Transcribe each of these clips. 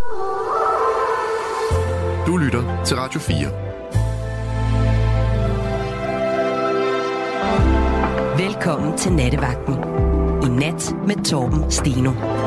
Du lytter til Radio 4. Velkommen til Nattevagten. I nat med Torben Steno.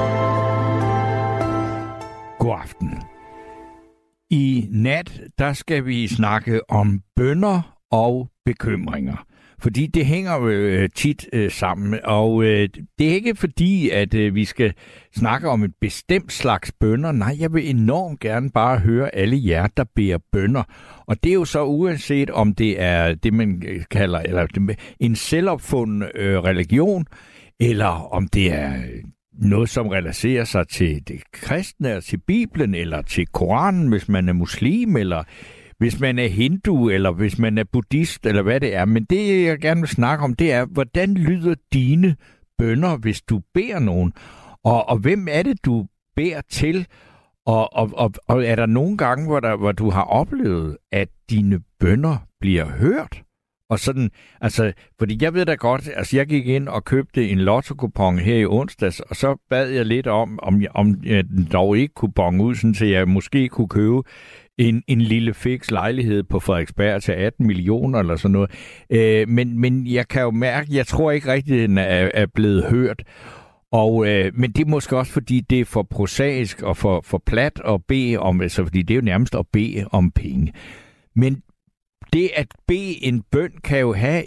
God aften. I nat, der skal vi snakke om bønner og bekymringer. Fordi det hænger jo tit sammen, og det er ikke fordi, at vi skal snakke om et bestemt slags bønner. Nej, jeg vil enormt gerne bare høre alle jer, der beder bønner. Og det er jo så uanset, om det er det, man kalder en selvopfundet religion, eller om det er noget, som relaterer sig til det kristne, eller til Bibelen, eller til Koranen, hvis man er muslim, eller hvis man er hindu, eller hvis man er buddhist, eller hvad det er. Men det, jeg gerne vil snakke om, det er, hvordan lyder dine bønner, hvis du beder nogen? Og hvem er det, du beder til? Og er der nogle gange, hvor du har oplevet, at dine bønner bliver hørt? Og sådan, altså, fordi jeg ved da godt, altså jeg gik ind og købte en lotto-kupon her i onsdags, og så bad jeg lidt om jeg dog ikke kunne bonge ud, sådan, så jeg måske kunne købe en lille fiks lejlighed på Frederiksberg til 18 millioner eller sådan noget. Men jeg kan jo mærke, jeg tror ikke rigtig, den er blevet hørt. Men det er måske også, fordi det er for prosaisk og for plat at bede om, altså fordi det er jo nærmest at bede om penge. Men det at bede en bøn kan jo have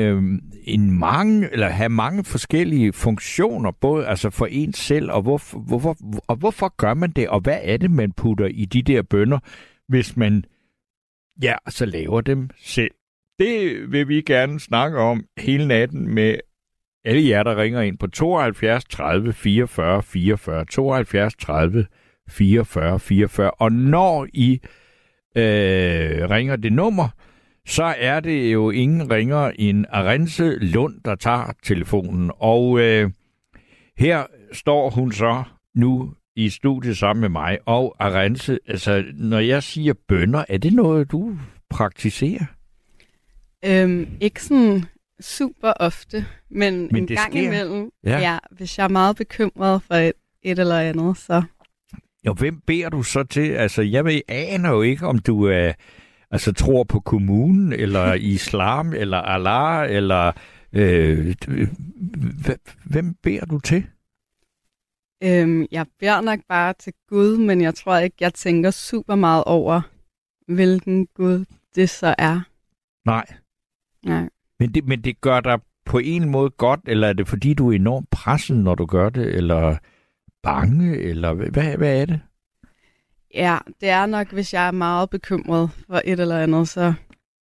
have mange forskellige funktioner, både altså for en selv, og hvorfor gør man det, og hvad er det, man putter i de der bønner, hvis man så laver dem selv. Det vil vi gerne snakke om hele natten med alle jer, der ringer ind på 72 30 44 44, 72 30 44 44, og når I ringer det nummer, så er det jo ingen ringer end Arantxe Lund, der tager telefonen. Og her står hun så nu i studiet sammen med mig. Og Arantxe, altså når jeg siger bønner, er det noget, du praktiserer? Ikke sådan super ofte, men en gang sker imellem. Ja, hvis jeg er meget bekymret for et eller andet, så. Jo, hvem beder du så til? Altså, jeg aner jo ikke, om du tror på kommunen, eller islam, eller Allah, eller hvem beder du til? Jeg beder nok bare til Gud, men jeg tror ikke, jeg tænker super meget over, hvilken Gud det så er. Nej. Men det gør dig på en måde godt, eller er det fordi, du er enormt presset, når du gør det, eller bange, eller hvad er det? Ja, det er nok, hvis jeg er meget bekymret for et eller andet, så.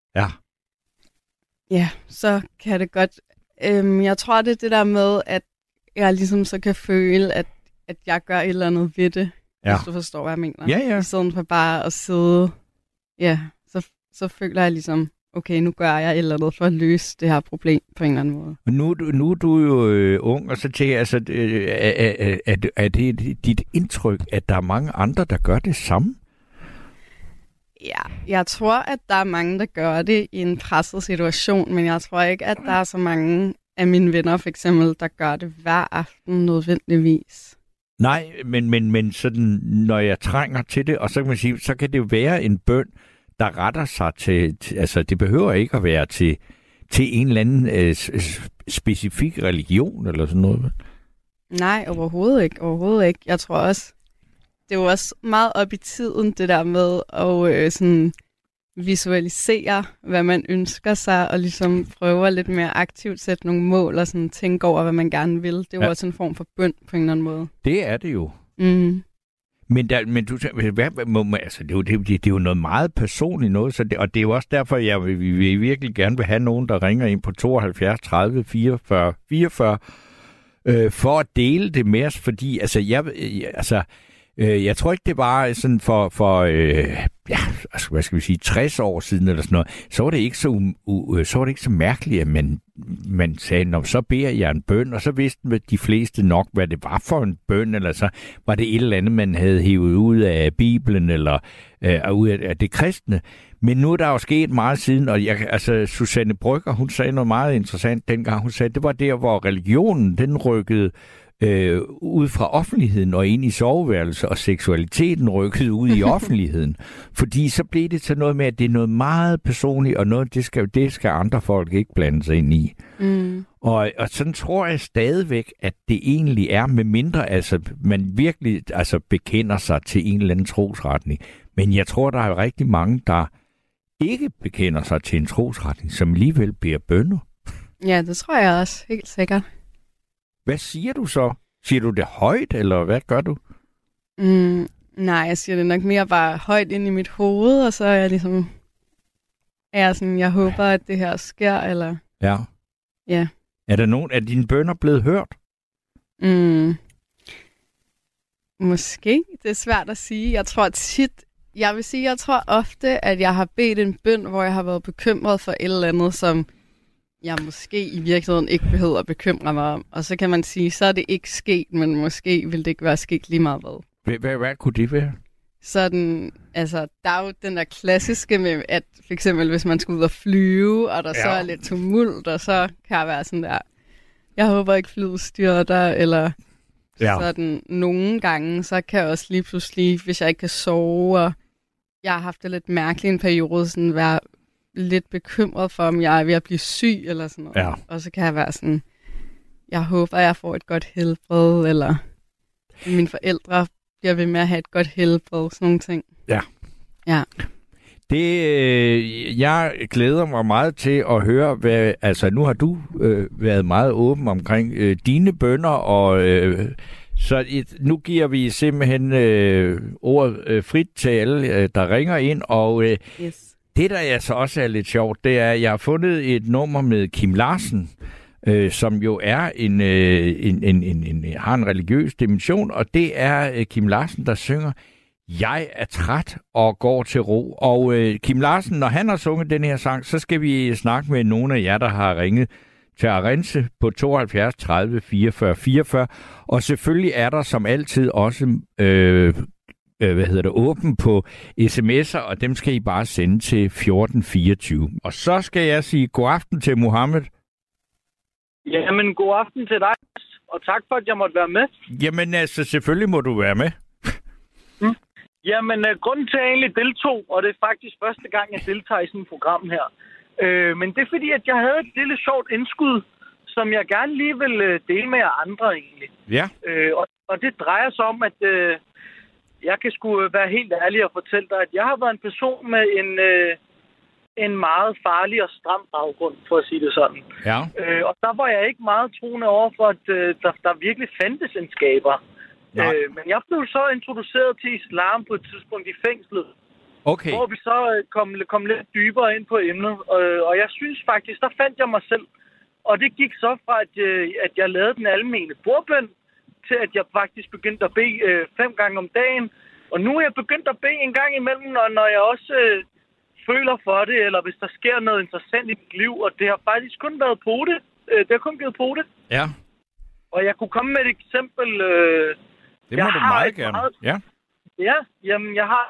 Ja, så kan det godt. Jeg tror, det er det der med, at jeg ligesom så kan føle, at jeg gør et eller andet ved det, hvis du forstår, hvad jeg mener. Ja. I stedet for bare at sidde, så føler jeg ligesom, okay, nu gør jeg et eller andet for at løse det her problem på en eller anden måde. Nu er du jo ung, og så tænker jeg, altså, er det dit indtryk, at der er mange andre, der gør det samme? Ja, jeg tror, at der er mange, der gør det i en presset situation, men jeg tror ikke, at der er så mange af mine venner, for eksempel, der gør det hver aften nødvendigvis. Nej, men sådan, når jeg trænger til det, og så kan man sige, så kan det jo være en bøn, der retter sig til altså det behøver ikke at være til en eller anden specifik religion eller sådan noget. Nej, overhovedet ikke. Jeg tror også, det er jo også meget op i tiden, det der med at sådan visualisere, hvad man ønsker sig, og ligesom prøve lidt mere aktivt sætte nogle mål, og sådan tænke over, hvad man gerne vil. Det er jo også en form for bøn på en eller anden måde. Det er det jo. Mm. Men du, altså, det er jo noget meget personligt noget, så det, og det er jo også derfor, jeg vil virkelig gerne vil have nogen, der ringer ind på 72 30 44 44, for at dele det med os, fordi jeg tror ikke, det var sådan for hvad skal vi sige, 60 år siden eller sådan noget, så var det ikke så mærkeligt, at man sagde, så beder jeg en bøn, og så vidste de fleste nok, hvad det var for en bøn, eller så var det et eller andet, man havde hævet ud af Bibelen, eller ud af det kristne. Men nu er der jo sket meget siden, og Susanne Brøgger, hun sagde noget meget interessant dengang. Hun sagde, det var der, hvor religionen, den rykkede ud fra offentligheden og ind i soveværelset, og seksualiteten rykkede ud i offentligheden. Fordi så blev det til noget med, at det er noget meget personligt, og noget, det skal andre folk ikke blande sig ind i. Mm. Og sådan tror jeg stadigvæk, at det egentlig er, med mindre man virkelig bekender sig til en eller anden trosretning. Men jeg tror, der er rigtig mange, der ikke bekender sig til en trosretning, som alligevel beder bønner. Ja, det tror jeg også, helt sikkert. Hvad siger du så? Siger du det højt, eller hvad gør du? Nej, jeg siger det nok mere bare højt ind i mit hoved, og så er jeg ligesom... jeg håber, at det her sker, eller... Ja. Ja. Er der nogen af dine bønner blevet hørt? Måske. Det er svært at sige. Jeg tror ofte, at jeg har bedt en bøn, hvor jeg har været bekymret for et eller andet, som jeg måske i virkeligheden ikke behøver at bekymre mig om. Og så kan man sige, så er det ikke sket, men måske vil det ikke være sket lige meget hvad. Hvad kunne det være? Sådan, der er jo den der klassiske med, at for eksempel, hvis man skal ud og flyve, og der så er lidt tumult, og så kan jeg være sådan der, jeg håber ikke flyet styrter, eller sådan nogle gange, så kan jeg også lige pludselig, hvis jeg ikke kan sove, og jeg har haft det lidt mærkeligt en periode, sådan være lidt bekymret for, om jeg er ved at blive syg, eller sådan noget. Ja. Og så kan jeg være sådan, jeg håber, jeg får et godt helbred, eller mine forældre bliver ved med at have et godt helbred, sådan nogle ting. Ja. Ja. Jeg glæder mig meget til at høre, nu har du været meget åben omkring dine bønner, og nu giver vi simpelthen ordet frit til alle, der ringer ind, og det, der også er lidt sjovt, det er, at jeg har fundet et nummer med Kim Larsen, som jo er har en religiøs dimension, og det er Kim Larsen, der synger "Jeg er træt og går til ro". Og Kim Larsen, når han har sunget den her sang, så skal vi snakke med nogle af jer, der har ringet til Arense på 72 30 44 44. Og selvfølgelig er der som altid også åben på sms'er, og dem skal I bare sende til 1424. Og så skal jeg sige god aften til Mohammed. Jamen, god aften til dig, og tak for, at jeg måtte være med. Jamen, selvfølgelig må du være med. Jamen, grunden til, at jeg egentlig deltog, og det er faktisk første gang, jeg deltager i sådan et program her, men det er fordi, at jeg havde et lille sjovt indskud, som jeg gerne lige vil dele med jer andre egentlig. Ja. Og det drejer sig om, at jeg kan sgu være helt ærlig og fortælle dig, at jeg har været en person med en meget farlig og stram baggrund, for at sige det sådan. Ja. Og der var jeg ikke meget troende over for, at der virkelig fandtes en skaber. Men jeg blev så introduceret til islam på et tidspunkt i fængslet. Okay. Hvor vi så kom lidt dybere ind på emnet. Og jeg synes faktisk, der fandt jeg mig selv. Og det gik så fra, at jeg lavede den almene bordbøn, til at jeg faktisk begyndte at bede 5 gange om dagen. Og nu er jeg begyndt at bede en gang imellem, når jeg også føler for det, eller hvis der sker noget interessant i mit liv. Og det har faktisk kun været på det. Det har kun givet på det. Ja. Og jeg kunne komme med et eksempel. Det må du meget gerne. Ja, jamen jeg har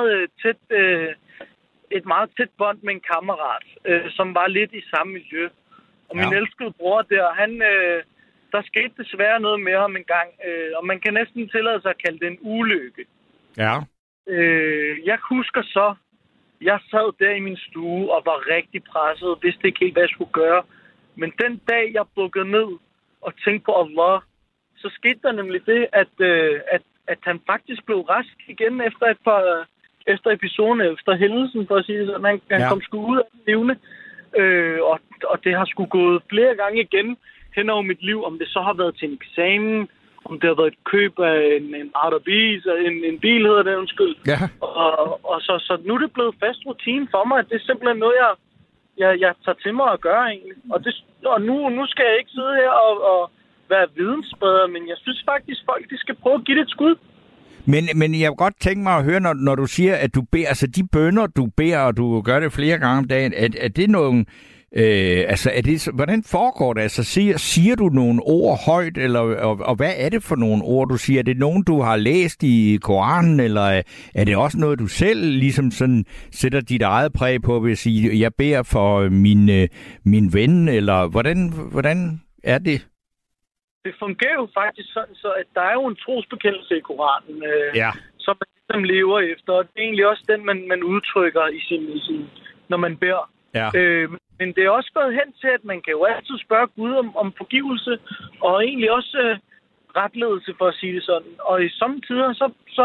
et meget tæt bånd med en kammerat, som var lidt i samme miljø. Og min elskede bror der skete desværre noget med ham en gang, og man kan næsten tillade sig at kalde det en ulykke. Ja. Jeg husker så, jeg sad der i min stue og var rigtig presset, vidste ikke helt, hvad jeg skulle gøre. Men den dag, jeg bukkede ned og tænkte på Allah, så skete der nemlig det, at han faktisk blev rask igen efter episoden, efter hændelsen, for at sige det sådan. Han kom sgu ud af levende, og det har sgu gået flere gange igen hen over mit liv, om det så har været til en eksamen, om det har været et køb af en Arabis, en bil hedder det, undskyld. Ja. Og så nu er det blevet fast rutine for mig, at det er simpelthen noget, jeg tager til mig at gøre egentlig. Og nu skal jeg ikke sidde her og være vidensspreder, men jeg synes faktisk, folk de skal prøve at give det et skud. Men jeg vil godt tænke mig at høre, når du siger, at du beder, altså de bønner, du beder, og du gør det flere gange om dagen, er det nogle, hvordan foregår det? Altså siger du nogle ord højt, eller, og hvad er det for nogle ord, du siger? Er det nogen, du har læst i Koranen, eller er det også noget, du selv ligesom sådan sætter dit eget præg på, ved at sige, jeg beder for min ven, eller hvordan er det? det fungerer jo faktisk sådan, så at der er jo en trosbekendelse i Koranen, som man ligesom lever efter. Og det er egentlig også den, man udtrykker i sin når man beder. Ja. Men det er også gået hen til, at man kan jo altid spørge Gud om forgivelse, og egentlig også retledelse, for at sige det sådan. Og i somme tider,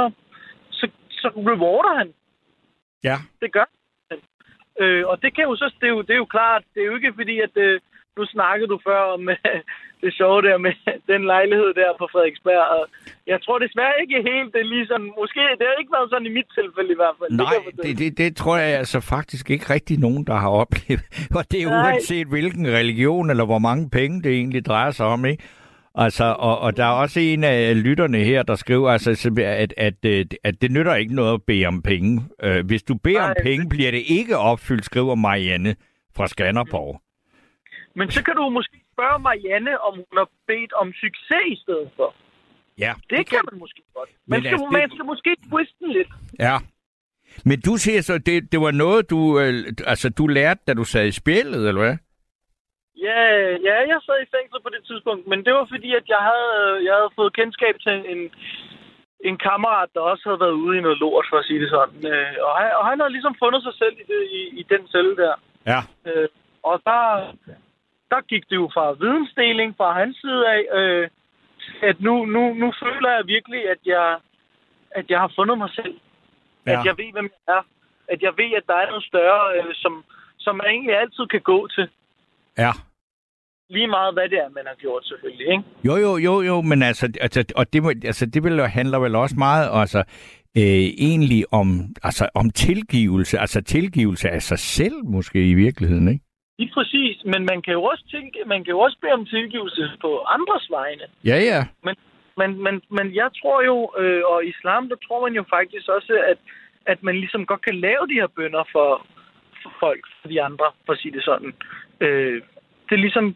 så rewarder han. Ja. Det gør han. Og det kan jo så, det er jo klart, det er jo ikke fordi, at nu snakkede du før om det sjove der med den lejlighed der på Frederiksberg, og jeg tror desværre ikke helt, det er lige sådan, måske, det har ikke været sådan i mit tilfælde i hvert fald. Nej, det tror jeg altså faktisk ikke rigtig nogen, der har oplevet. Og det er uanset hvilken religion eller hvor mange penge det egentlig drejer sig om, ikke? Altså, og der er også en af lytterne her, der skriver, altså, at det nytter ikke noget at bede om penge. Hvis du beder om penge, bliver det ikke opfyldt, skriver Marianne fra Skanderborg. Men så kan du måske spørge Marianne, om hun har bedt om succes i stedet for. Ja. Det kan man måske godt. Man skal måske twiste den lidt. Ja. Men du siger så, det var noget, du lærte, da du sad i spjældet, eller hvad? Ja, jeg sad i fængsel på det tidspunkt, men det var fordi, at jeg havde fået kendskab til en kammerat, der også havde været ude i noget lort, for at sige det sådan. Og han havde ligesom fundet sig selv i den celle der. Ja. Og der gik det jo fra vidensdeling fra hans side af, at nu føler jeg virkelig, at jeg har fundet mig selv. Ja. At jeg ved, hvem jeg er. At jeg ved, at der er noget større, som man egentlig altid kan gå til. Ja. Lige meget, hvad det er, man har gjort, selvfølgelig, ikke? Jo, men og det handler vel også meget, egentlig om tilgivelse, altså tilgivelse af sig selv, måske i virkeligheden, ikke? Lige præcis, men man kan jo også bede om tilgivelse på andres vegne. Ja. Men jeg tror jo, og i islam, der tror man jo faktisk også, at man ligesom godt kan lave de her bønner for folk, for de andre, for at sige det sådan. Det er ligesom,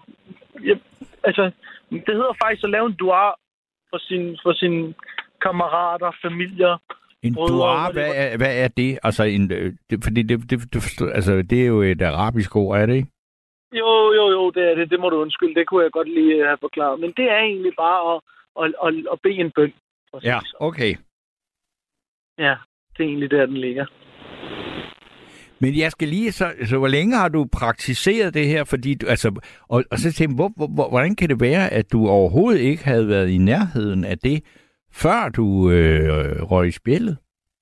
det hedder faktisk at lave en dua for sine kammerater, familier. En dua, hvad er det? Altså, fordi det er jo et arabisk ord, er det ikke? Jo, det er det. Det må du undskylde. Det kunne jeg godt lige have forklaret. Men det er egentlig bare at bede en bøn. Ja, okay. Ja, det er egentlig der, den ligger. Men jeg skal lige så hvor længe har du praktiseret det her? Fordi og så tænkte jeg, hvordan kan det være, at du overhovedet ikke havde været i nærheden af det, før du røg i spjældet?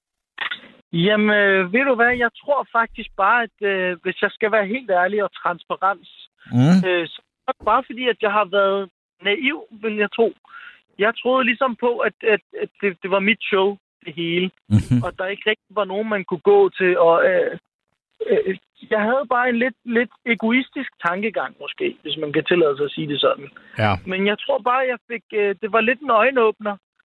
Jamen, ved du hvad? Jeg tror faktisk bare, at hvis jeg skal være helt ærlig og transparent, så er det bare fordi, at jeg har været naiv, vil jeg tro. Jeg troede ligesom på, at det var mit show, det hele. Mm-hmm. Og der ikke rigtig var nogen, man kunne gå til. Og jeg havde bare en lidt egoistisk tankegang, måske, hvis man kan tillade sig at sige det sådan. Ja. Men jeg tror bare, jeg fik... det var lidt en øjenåbner,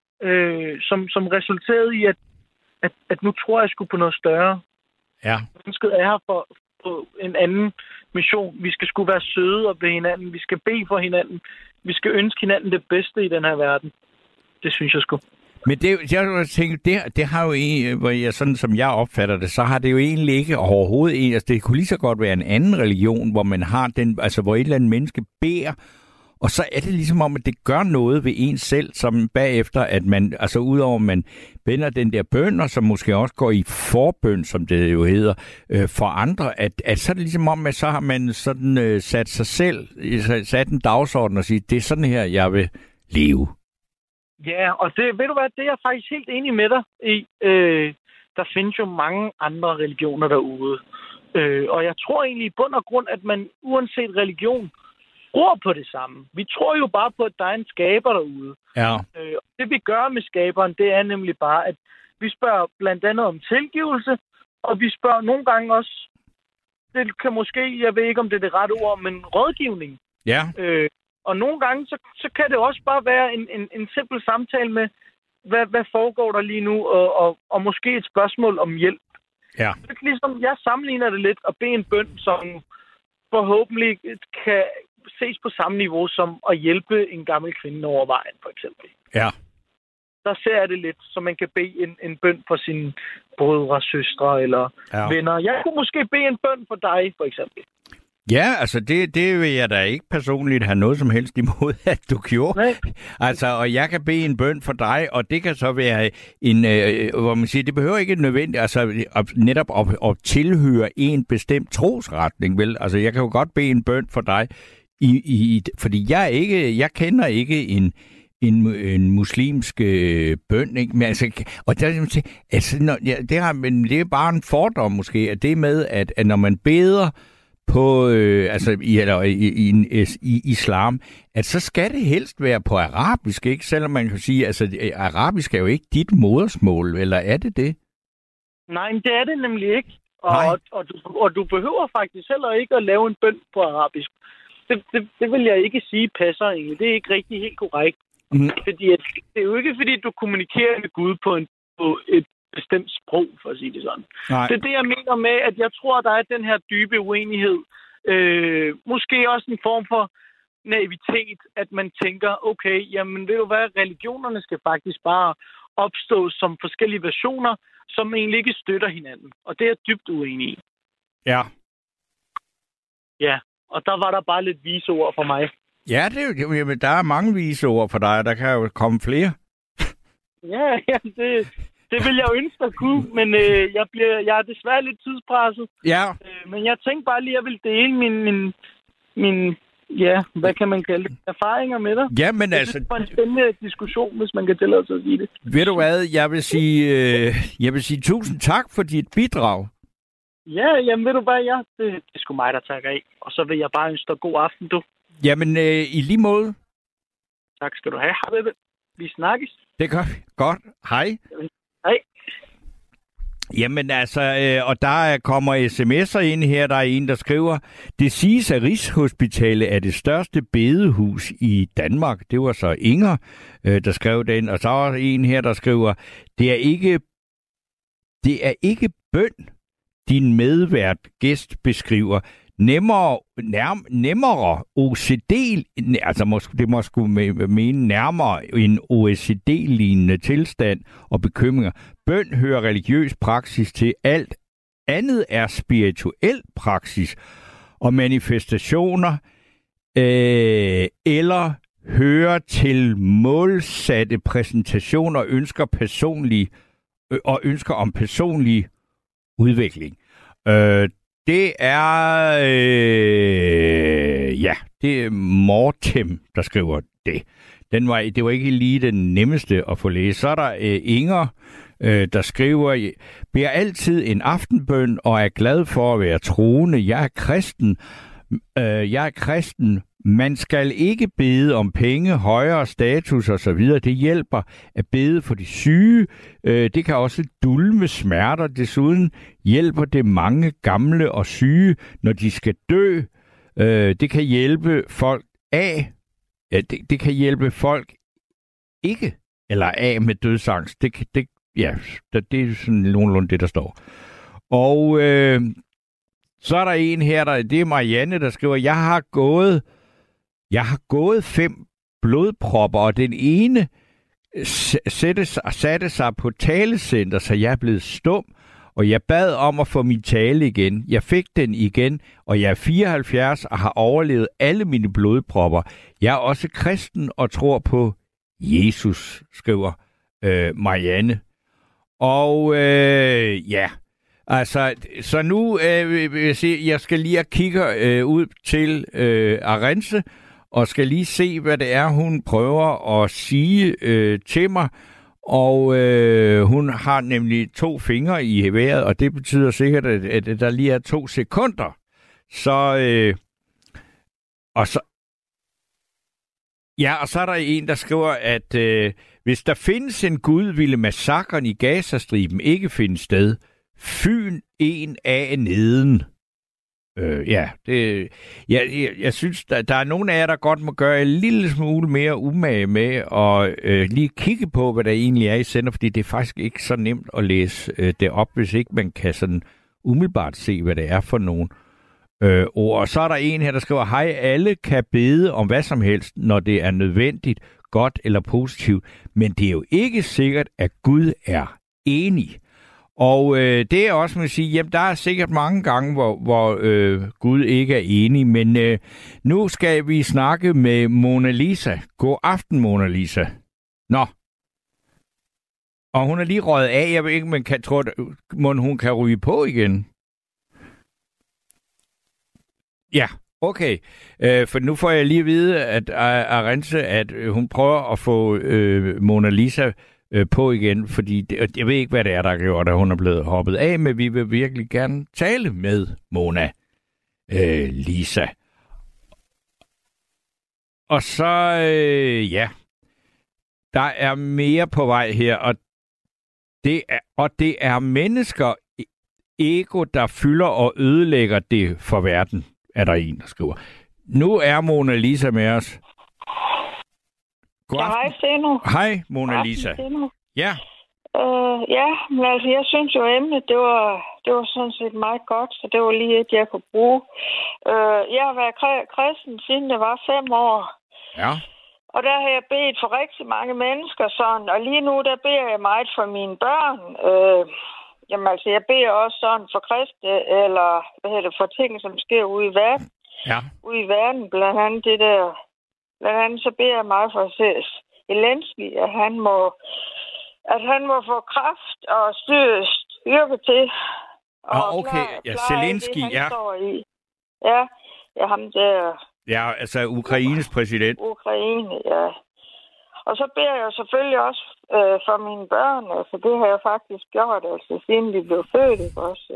som resulterede i, at nu tror jeg sgu på noget større. Ja. Mennesket er her på en anden mission. Vi skal sgu være søde og ved hinanden. Vi skal bede for hinanden. Vi skal ønske hinanden det bedste i den her verden. Det synes jeg sgu. Men jeg tænker, det har jo sådan som jeg opfatter det, så har det jo egentlig ikke overhovedet altså det kunne lige så godt være en anden religion, hvor man har den, altså hvor et eller andet menneske beder, og så er det ligesom om, at det gør noget ved en selv, som bagefter, at man, altså udover at man vender den der bøn, og som måske også går i forbøn, som det jo hedder, for andre, at så er det ligesom om, at så har man sådan sat sig selv, sat en dagsorden og sige, det er sådan her, jeg vil leve. Ja, og det, ved du hvad, det er jeg faktisk helt enig med dig i. Der findes jo mange andre religioner derude. Og jeg tror egentlig i bund og grund, at man uanset religion tror på det samme. Vi tror jo bare på, at der er en skaber derude. Ja. Og det vi gør med skaberen, det er nemlig bare, at vi spørger blandt andet om tilgivelse, og vi spørger nogle gange også, det kan måske, jeg ved ikke om det er det rette ord, men rådgivning. Ja. Og nogle gange, så kan det også bare være en simpel samtale med, hvad foregår der lige nu, og måske et spørgsmål om hjælp. Ja. Ligesom, jeg sammenligner det lidt at bede en bøn, som forhåbentlig kan ses på samme niveau som at hjælpe en gammel kvinde over vejen, for eksempel. Ja. Der ser jeg det lidt, så man kan bede en bøn for sine brødre, søstre eller venner. Jeg kunne måske bede en bøn for dig, for eksempel. Ja, altså det vil jeg da ikke personligt have noget som helst imod, at du gjorde. Nej. Altså, og jeg kan bede en bøn for dig, og det kan så være en, hvor man siger, det behøver ikke nødvendigt, altså netop at tilhøre en bestemt trosretning, vel? Altså, jeg kan jo godt bede en bøn for dig, fordi jeg kender ikke en muslimsk bøn, ikke? Men altså, og der, altså, det er bare en fordom måske, at det med, at når man beder på i islam, at så skal det helst være på arabisk, ikke? Selvom man kan sige, altså arabisk er jo ikke dit modersmål, eller er det det? Nej, men det er det nemlig ikke. Og du behøver faktisk heller ikke at lave en bøn på arabisk. Det vil jeg ikke sige passer egentlig. Det er ikke rigtig helt korrekt. Fordi det er jo ikke, fordi du kommunikerer med Gud på et bestemt sprog, for at sige det sådan. Nej. Det er det, jeg mener med, at jeg tror, der er den her dybe uenighed. Måske også en form for naivitet, at man tænker, okay, jamen ved du hvad, religionerne skal faktisk bare opstå som forskellige versioner, som egentlig ikke støtter hinanden. Og det er jeg dybt uenig i. Ja. Ja, og der var der bare lidt vise ord for mig. Ja, der er mange vise ord for dig, og der kan jo komme flere. Ja, det vil jeg jo ønske, der kunne, men jeg er desværre lidt tidspresset. Ja. Men jeg tænkte bare lige, at jeg vil dele min hvad kan man kalde det, erfaringer med dig. Ja, men altså... Det er en spændende diskussion, hvis man kan tillade sig at sige det. Ved du hvad, jeg vil sige tusind tak for dit bidrag. Ja, jamen ved du hvad, det er sgu mig, der takker af. Og så vil jeg bare ønske dig god aften, du. Jamen, i lige måde. Tak skal du have. Vi snakkes. Det gør vi. Godt. Hej. Hej. Jamen altså, og der kommer sms'er ind her. Der er en, der skriver, det siges, at Rigshospitalet er det største bedehus i Danmark. Det var så Inger, der skrev den. Og så er en her, der skriver, det er ikke bøn, din medvært gæst beskriver. Nemmere OCD, altså det må sgu mene nærmere en OECD-lignende tilstand og bekymringer. Bøn hører religiøs praksis til, alt andet er spirituel praksis og manifestationer eller hører til målsatte præsentationer og ønsker om personlig udvikling. Det er det er Mortem, der skriver det. Det var ikke lige den nemmeste at få læst. Så er der Inger, der skriver, beder altid en aftenbøn og er glad for at være troende. Jeg er kristen. Man skal ikke bede om penge, højere status osv. Det hjælper at bede for de syge. Det kan også dulme smerter. Desuden hjælper det mange gamle og syge, når de skal dø. Det kan hjælpe folk af. Ja, det kan hjælpe folk ikke eller af med dødsangst. Det er sådan nogenlunde det, der står. Og så er der en her, det er Marianne, der skriver, jeg har gået 5 blodpropper, og den ene satte sig på talecenter, så jeg er blevet stum, og jeg bad om at få min tale igen. Jeg fik den igen, og jeg er 74 og har overlevet alle mine blodpropper. Jeg er også kristen og tror på Jesus, skriver Marianne. Og altså, så nu vil jeg se, jeg skal lige kigge ud til Arendse, og skal lige se, hvad det er, hun prøver at sige til mig. Og hun har nemlig 2 fingre i vejret, og det betyder sikkert, at der lige er 2 sekunder. Og så er der en, der skriver, at hvis der findes en Gud, ville massakren i Gazastriben ikke finde sted. Fyn en af neden. Jeg synes, der er nogle af jer, der godt må gøre en lille smule mere umage med at lige kigge på, hvad der egentlig er i sender, fordi det er faktisk ikke så nemt at læse det op, hvis ikke man kan sådan umiddelbart se, hvad det er for nogle ord. Og så er der en her, der skriver, hej, alle kan bede om hvad som helst, når det er nødvendigt, godt eller positivt, men det er jo ikke sikkert, at Gud er enig. Og det er også, man vil sige, jamen, der er sikkert mange gange, hvor Gud ikke er enig, men nu skal vi snakke med Mona Lisa. God aften, Mona Lisa. Nå. Og hun er lige røget af. Jeg ved ikke, men hun kan ryge på igen. Ja, okay. For nu får jeg lige at vide, at Arantxa, at hun prøver at få Mona Lisa på igen, fordi jeg ved ikke, hvad det er, der har gjort, at hun er blevet hoppet af, men vi vil virkelig gerne tale med Mona Lisa. Og så, der er mere på vej her, og det er mennesker, ego, der fylder og ødelægger det for verden, er der en, der skriver. Nu er Mona Lisa med os. Hej, Steno. Hej, Mona Lisa. Ja. Men altså, jeg synes jo, emnet, det var sådan set meget godt, så det var lige et, jeg kunne bruge. Jeg har været kristen, siden jeg var 5 år. Ja. Og der har jeg bedt for rigtig mange mennesker sådan, og lige nu, der beder jeg meget for mine børn. Jamen altså, jeg beder også sådan for kristne, eller for ting, som sker ude i verden. Ja. Ude i verden, blandt andet det der. Blandt andet så beder jeg meget for Zelensky, at han må få kraft og styrke til. Og okay. Zelensky, det, han står i. Ja, ham der. Ja, altså Ukraines præsident. Ukraine, ja. Og så beder jeg selvfølgelig også for mine børn, altså det har jeg faktisk gjort, altså siden de blev født, også.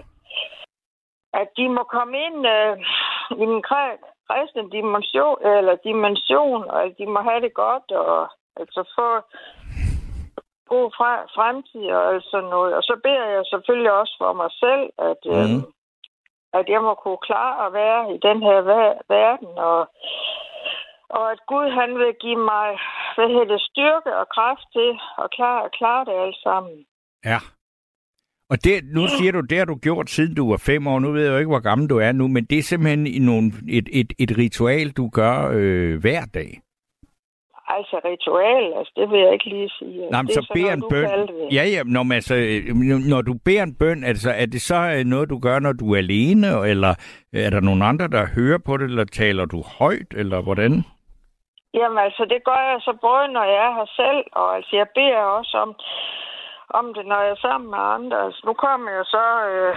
At de må komme ind i den kristne dimension, og at de må have det godt, og altså få god fremtid og altså noget. Og så beder jeg selvfølgelig også for mig selv, at jeg må kunne klare at være i den her verden, og at Gud, han vil give mig styrke og kraft til at klare det alt sammen. Ja. Og nu siger du, det har du gjort, siden du var 5 år. Nu ved jeg jo ikke, hvor gammel du er nu, men det er simpelthen et ritual, du gør hver dag. Altså ritual, altså det vil jeg ikke lige sige. Nej, men så beder en bøn. Ja, når du beder en bøn, altså er det så noget, du gør, når du er alene, eller er der nogen andre, der hører på det, eller taler du højt, eller hvordan? Jamen altså, det gør jeg så både, når jeg er her selv, og altså jeg beder også om det, når jeg er sammen med andre. Altså, nu kommer jeg så,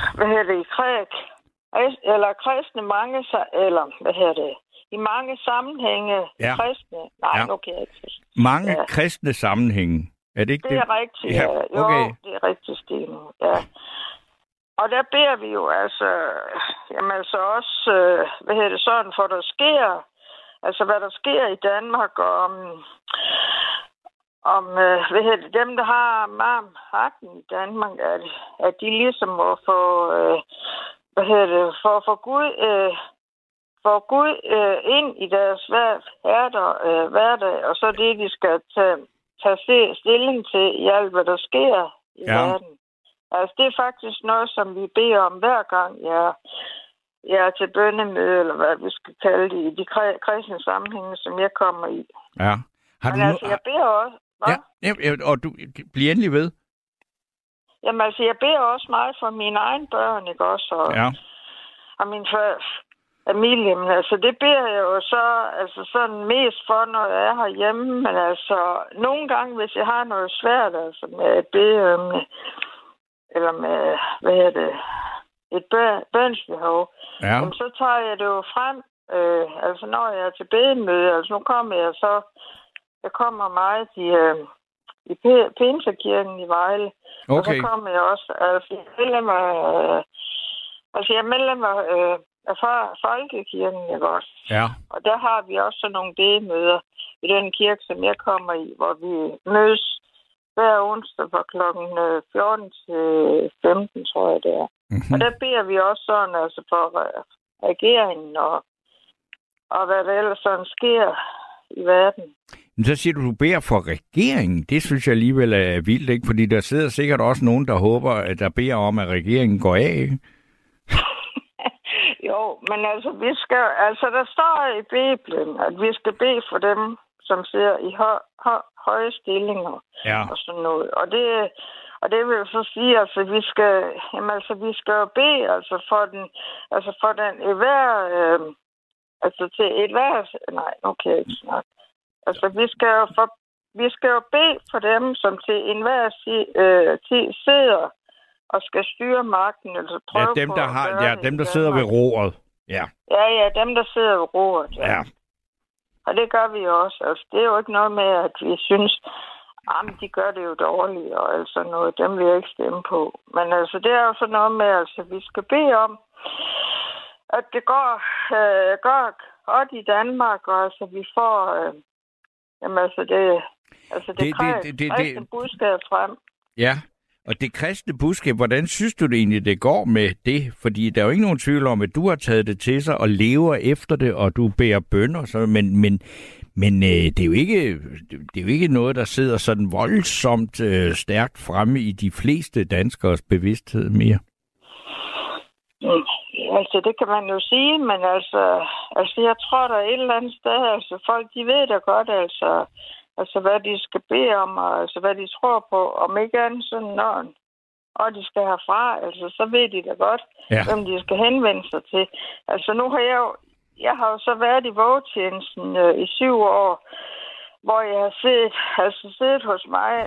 i kristne mange, eller i mange sammenhænge, ja. Kristne. Nej, nu kan jeg ikke. Mange kristne sammenhænge. Er det ikke det? Det er rigtigt, ja. Okay. Jo, det er rigtigt, Stine. Ja. Og der beder vi jo altså, jamen altså også, sådan, for der sker, altså hvad der sker i Danmark, om dem, der har magten i Danmark, at de ligesom må få, for Gud ind i deres hverdag, og så det, de skal tage stilling til i alt, hvad der sker i verden. Altså, det er faktisk noget, som vi beder om hver gang jeg er til bønnemøde, eller hvad vi skal kalde det, i de kristne sammenhænge, som jeg kommer i. Ja. Jeg beder også. Ja, og du bliver endelig ved. Jamen altså, jeg beder også meget for mine egne børn, ikke også? Og min familie, men altså, det beder jeg jo så, altså sådan mest for, når jeg er herhjemme, men altså, nogle gange, hvis jeg har noget svært, altså med et bede, eller med, et bønsbehov, så tager jeg det jo frem, altså når jeg er til bedemøde, altså nu kommer jeg kommer meget i Pinsekirken i Vejle, og så kommer jeg også, jeg er medlem af Folkekirken, ikke også? Ja. Og der har vi også sådan nogle bedemøder i den kirke, som jeg kommer i, hvor vi mødes hver onsdag fra klokken 14 til 15, tror jeg det er. Mm-hmm. Og der beder vi også sådan, altså for regeringen og hvad der ellers sådan sker i verden. Men så siger du beder for regeringen. Det synes jeg alligevel er vildt, ikke? Fordi der sidder sikkert også nogen, der håber, at der beder om, at regeringen går af, ikke? Jo, men altså, der står i Bibelen, at vi skal bede for dem, som sidder i høje stillinger og sådan noget. Og det vil jo så sige, altså, vi skal jo bede, for den til et hver... Nej, nu kan jeg ikke snakke. Altså, vi skal jo bede for dem, som til enhver tid sidder og skal styre magten, altså prøve dem, der sidder ved roret. Ja. Ja, dem, der sidder ved roret. Ja. Og det gør vi jo også. Altså, det er jo ikke noget med, at vi synes, de gør det jo dårligt, og altså noget, dem vil jeg ikke stemme på. Men altså, det er jo sådan noget med, altså, vi skal bede om, at det går godt i Danmark, og altså, vi får, det kristne budskab frem. Ja, og det kristne budskab, hvordan synes du det egentlig, det går med det? Fordi der er jo ikke nogen tvivl om, at du har taget det til sig og lever efter det, og du bærer bønner, så, men det er jo ikke noget, der sidder sådan voldsomt stærkt fremme i de fleste danskeres bevidsthed mere. Altså, det kan man jo sige, men altså jeg tror, der er et eller andet sted, altså folk, de ved da godt, altså hvad de skal bede om, og altså hvad de tror på, om ikke andet sådan noget, og de skal herfra, altså så ved de da godt, hvem de skal henvende sig til. Altså nu har jeg har jo så været i vågetjenesten i 7 år, hvor jeg har siddet hos mig,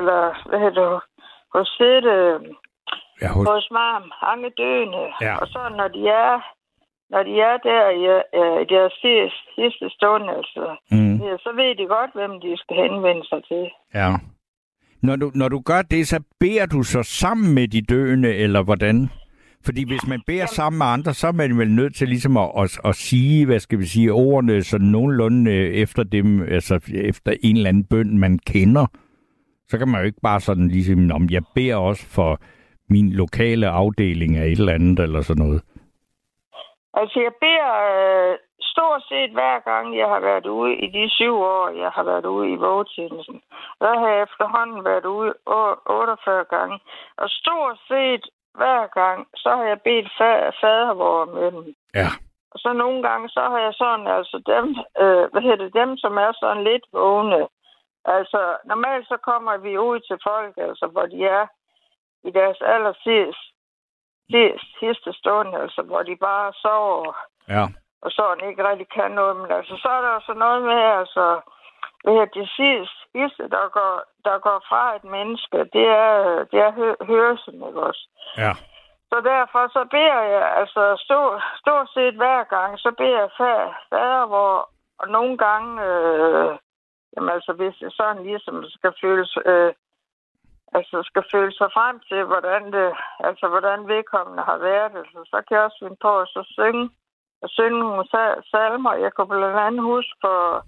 hos Marm, Angedøende, og så når de er der i deres sidste stund, altså, så ved de godt, hvem de skal henvende sig til. Ja. Når du gør det, så beder du så sammen med de døende, eller hvordan? Fordi hvis man beder sammen med andre, så er man vel nødt til ligesom at sige, hvad skal vi sige, ordene sådan nogenlunde efter dem, altså efter en eller anden bøn, man kender. Så kan man jo ikke bare sådan ligesom, om jeg beder også for min lokale afdeling af et eller andet, eller sådan noget. Altså, jeg beder stort set hver gang, jeg har været ude i de 7 år, jeg har været ude i vågetjenesten. Der har jeg efterhånden været ude 48 gange. Og stort set hver gang, så har jeg bedt fadervor med dem. Ja. Og så nogle gange, så har jeg sådan, altså dem, som er sådan lidt vågne. Altså, normalt så kommer vi ud til folk, altså, hvor de er i deres sidste stund, altså, hvor de bare sover, og sådan ikke rigtig kan noget. Men altså, så er der jo så noget med, altså, det sidste, der går fra et menneske, det er hørelsen, ikke også? Ja. Så derfor så beder jeg, altså stort set hver gang, så beder jeg fader, og nogle gange, hvis det sådan ligesom skal føles sig frem til, hvordan vedkommende har været, altså, så kan jeg også finde på at så synge nogle salmer. Jeg kunne blandt andet huske for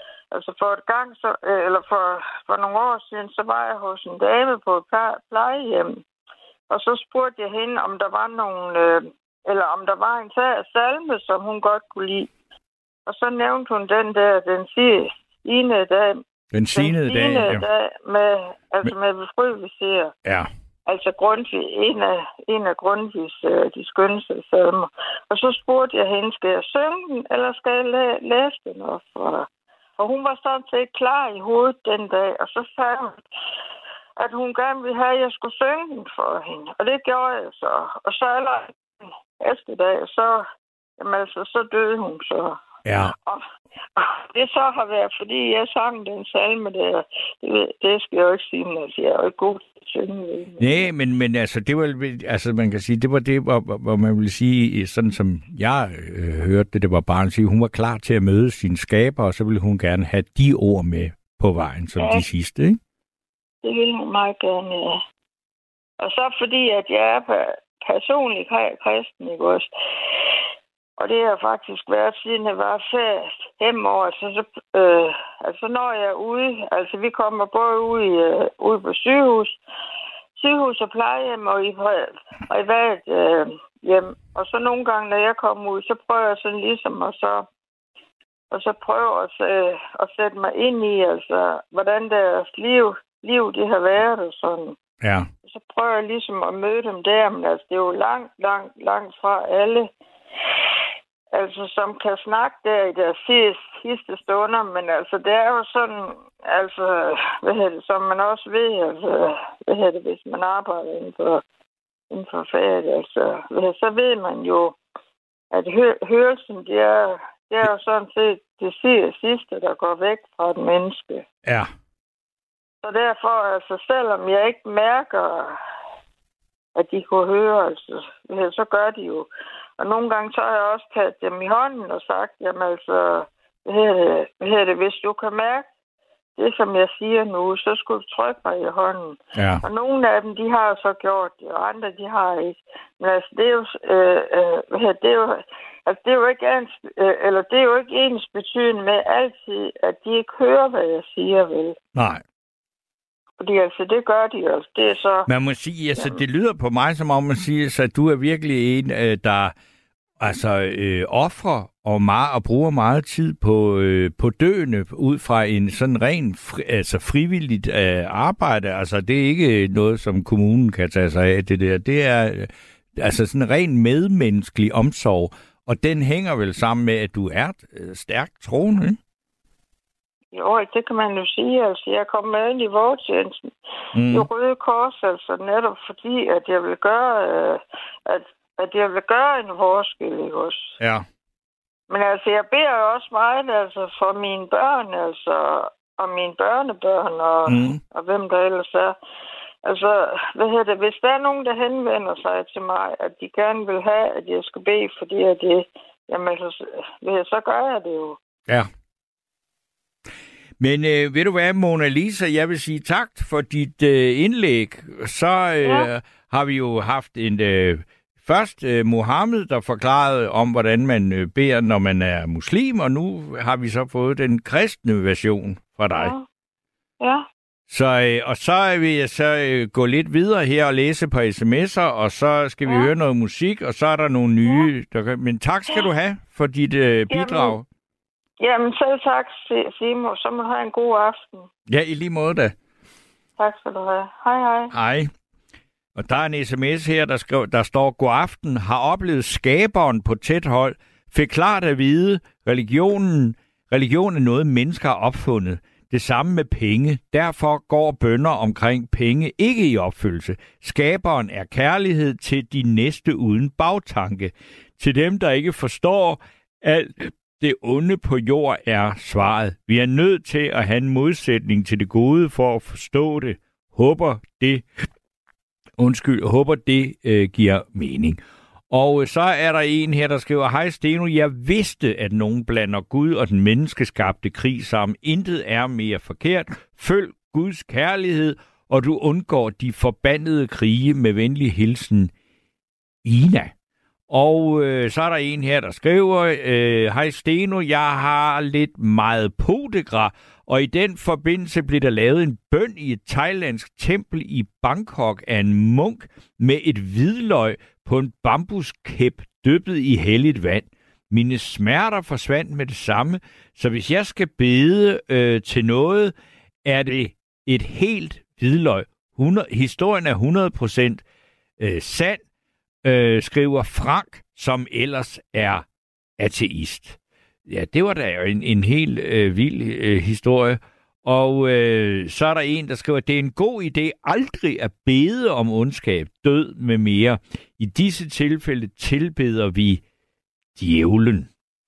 nogle år siden, så var jeg hos en dame på et plejehjem. Og så spurgte jeg hende, om der var om der var en salme, som hun godt kunne lide. Og så nævnte hun den signede dag. Den signede dag, med befrielse. Ja. Altså Grundtvig, en af Grundtvigs de skønneste salmer. Og så spurgte jeg hende, skal jeg synge den, eller skal jeg læse den også for dig? Og hun var sådan set klar i hovedet den dag, og så sagde hun, at hun gerne ville have, at jeg skulle synge den for hende. Og det gjorde jeg så. Og så allerede næste dag, så døde hun så. Ja. Og det så har været, fordi jeg sang den salme der. Det skal jeg jo ikke sige, men jeg er jo ikke god til at synge. Nej, men altså, det var, altså man kan sige, det var det, hvor man vil sige, sådan som jeg hørte det var barn sige, hun var klar til at møde sin skaber, og så ville hun gerne have de ord med på vejen, som de sidste, ikke? Det ville hun meget gerne, ja. Og så fordi, at jeg er personligt kristen, ikke også? Og det har faktisk været, siden jeg var 5 år. Så når jeg er ude, altså vi kommer både ude på sygehus og plejehjem og i hvert hjem. Og så nogle gange, når jeg kommer ud, så prøver jeg sådan ligesom og så prøver at sætte mig ind i, altså hvordan deres liv det har været og sådan. Ja. Så prøver jeg ligesom at møde dem der, men altså det er jo langt fra altså, som kan snakke der i deres sidste stunder, men altså, det er jo sådan, altså, som man også ved, altså, hvis man arbejder inden for faget, altså, så ved man jo, at hørelsen, det er jo sådan set det sidste, der går væk fra et menneske. Ja. Så derfor, altså, selvom jeg ikke mærker, at de kunne høre, altså, så gør de jo. Og nogle gange så har jeg også taget dem i hånden og sagt, jamen altså, hvis du kan mærke det, som jeg siger nu, så skulle du trykke mig i hånden. Ja. Og nogle af dem, de har jo så gjort det, og andre, de har ikke. Men altså, det er jo, det er jo ikke ens betydende med altid, at de ikke hører, hvad jeg siger, vel? Nej. Fordi altså, det gør de jo. Det er så... Man må sige, altså, det lyder på mig, som om man siger, at du er virkelig en, der offrer og bruger meget tid på døende, ud fra en sådan ren frivilligt arbejde. Altså, det er ikke noget, som kommunen kan tage sig af, det der. Det er altså sådan en ren medmenneskelig omsorg, og den hænger vel sammen med, at du er stærkt troende, ikke? Jo, det kan man jo sige. Altså, jeg kom med ind i vågetjenesten i Røde Kors, altså netop fordi, at jeg vil gøre, at jeg vil gøre en forskel, ikke også? Ja. Men altså, jeg beder jo også meget, altså, for mine børn, altså, og mine børnebørn, og hvem der ellers er. Altså, hvis der er nogen, der henvender sig til mig, at de gerne vil have, at jeg skal bede for det og det, jamen, altså, så gør jeg det jo. Ja. Men ved du hvad, Mona Lisa, jeg vil sige tak for dit indlæg. Så har vi jo haft først Mohammed, der forklarede om, hvordan man beder, når man er muslim, og nu har vi så fået den kristne version fra dig. Ja. Og så vil jeg så gå lidt videre her og læse på sms'er, og så skal vi høre noget musik, og så er der nogle nye. Men tak skal du have for dit bidrag. Jamen selv tak, Simo. Så må du have en god aften. Ja, i lige måde da. Tak skal du have. Hej, hej. Hej. Og der er en sms her, der står, god aften, har oplevet skaberen på tæt hold, fik klart at vide, religion er noget, mennesker har opfundet. Det samme med penge. Derfor går bønner omkring penge ikke i opfyldelse. Skaberen er kærlighed til de næste uden bagtanke. Til dem, der ikke forstår alt det onde på jord, er svaret. Vi er nødt til at have en modsætning til det gode for at forstå det. Håber det giver mening. Og så er der en her, der skriver, hej Steno, jeg vidste, at nogen blander Gud og den menneskeskabte krig sammen. Intet er mere forkert. Følg Guds kærlighed, og du undgår de forbandede krige. Med venlig hilsen, Ina. Og så er der en her, der skriver, hej Steno, jeg har lidt meget podegra, og i den forbindelse blev der lavet en bøn i et thailandsk tempel i Bangkok af en munk med et hvidløg på en bambuskæp dyppet i helligt vand. Mine smerter forsvandt med det samme, så hvis jeg skal bede til noget, er det et helt hvidløg. Historien er 100% sand, skriver Frank, som ellers er ateist. Ja, det var da jo en helt vild historie. Og så er der en, der skriver, at det er en god idé aldrig at bede om ondskab, død med mere. I disse tilfælde tilbeder vi djævlen.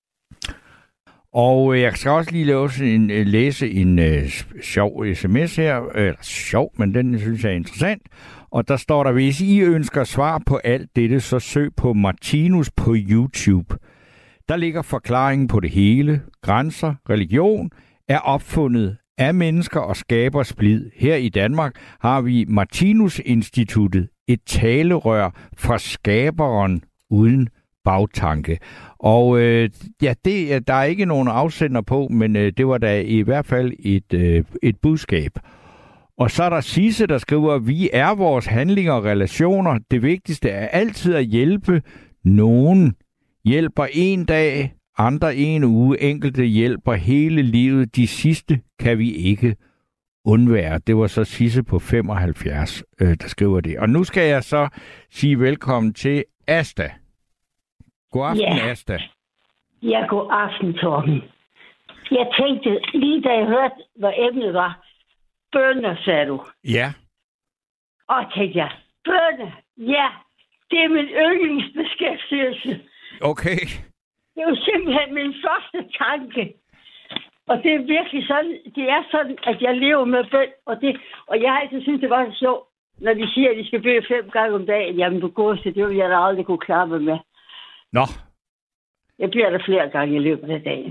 Og jeg skal også lige læse en sjov sms her. Sjov, men den synes jeg er interessant. Og der står der, hvis I ønsker svar på alt dette, så søg på Martinus på YouTube. Der ligger forklaringen på det hele. Grænser, religion er opfundet af mennesker og skaber splid. Her i Danmark har vi Martinus-instituttet, et talerør fra skaberen uden bagtanke. Og der er ikke nogen afsender på, men det var da i hvert fald et budskab. Og så er der Sisse, der skriver, vi er vores handlinger og relationer. Det vigtigste er altid at hjælpe. Nogen hjælper en dag, andre en uge, enkelte hjælper hele livet. De sidste kan vi ikke undvære. Det var så Sisse på 75, der skriver det. Og nu skal jeg så sige velkommen til Asta. God aften, Asta. Ja, god aften, Torben. Jeg tænkte, lige da jeg hørte, hvad emnet var, bønner, sagde du. Ja. Og tænkte jeg, bønner, ja, det er min yndlingsbeskæftigelse. Okay. Det er jo simpelthen min første tanke. Og det er virkelig sådan, det er sådan, at jeg lever med bøn, og jeg har altid syntes, det var så sjovt, når de siger, at de skal bede 5 gange om dagen. Jamen, på godeste, det vil jeg da aldrig kunne klare mig med. Nå. Jeg bliver der flere gange i løbet af dagen.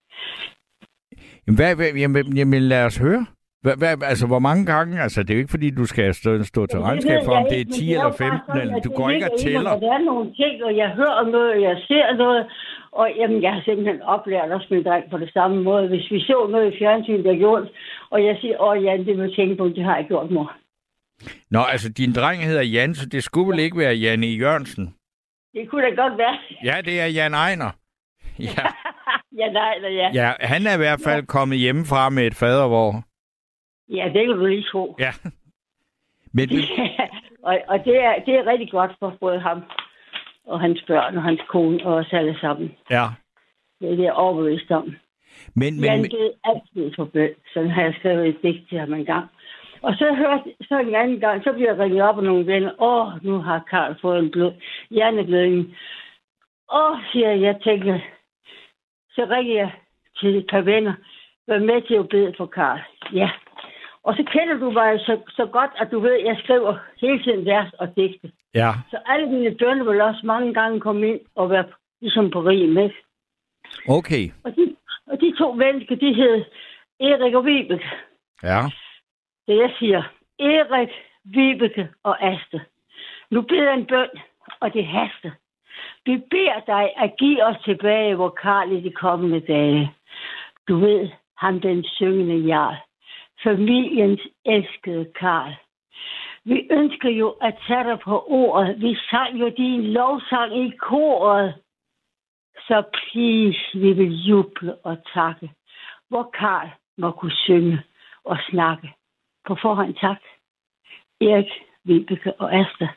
Jamen, lad os høre. Altså, hvor mange gange? Altså, det er jo ikke, fordi du skal stå til regnskab for, om det er 10 eller 15, sådan, eller du går ikke og tæller. Der er nogle ting, og jeg hører noget, og jeg ser noget, og jamen, jeg har simpelthen oplært også min dreng på det samme måde. Hvis vi så noget i fjernsynet, der gjort, og jeg siger, Jan, det vil jeg tænke på, det har jeg gjort, mor. Nå, altså, din dreng hedder Jan, så det skulle vel ikke være Janne Jørgensen? Det kunne da godt være. Ja, det er Jan Ejner. Ja. Jan Ejner, ja. Ja, han er i hvert fald kommet hjemmefra med et fadervor. Ja, det kan du lige tro. Ja. Men... og det er rigtig godt for både ham og hans børn og hans kone og os alle sammen. Ja. Det er det, jeg overbevist om. Jan døde altid for bøn. Sådan har jeg skrevet et digt til ham en gang. Og så en anden gang, så bliver jeg ringet op af nogle venner. Nu har Karl fået en hjerneblødning. Siger jeg, tænker, så ringer jeg til et par venner. Vær med til at bede for Karl. Ja. Og så kender du mig så godt, at du ved, at jeg skriver hele tiden vers og digte. Ja. Så alle mine bønner vil også mange gange komme ind og være ligesom på rim, ikke? Okay. Og de 2 mennesker, de hed Erik og Vibeke. Ja. Så jeg siger, Erik, Vibeke og Aste. Nu beder en bøn, og det haster. Vi beder dig at give os tilbage, hvor Karl i de kommende dage. Du ved, ham den syngende jarl. Familiens elskede Karl. Vi ønsker jo at tage dig på ordet. Vi sang jo din lovsang i koret. Så please, vi vil juble og takke, hvor Karl må kunne synge og snakke. På forhånd tak. Erik, Vibeke og Asta.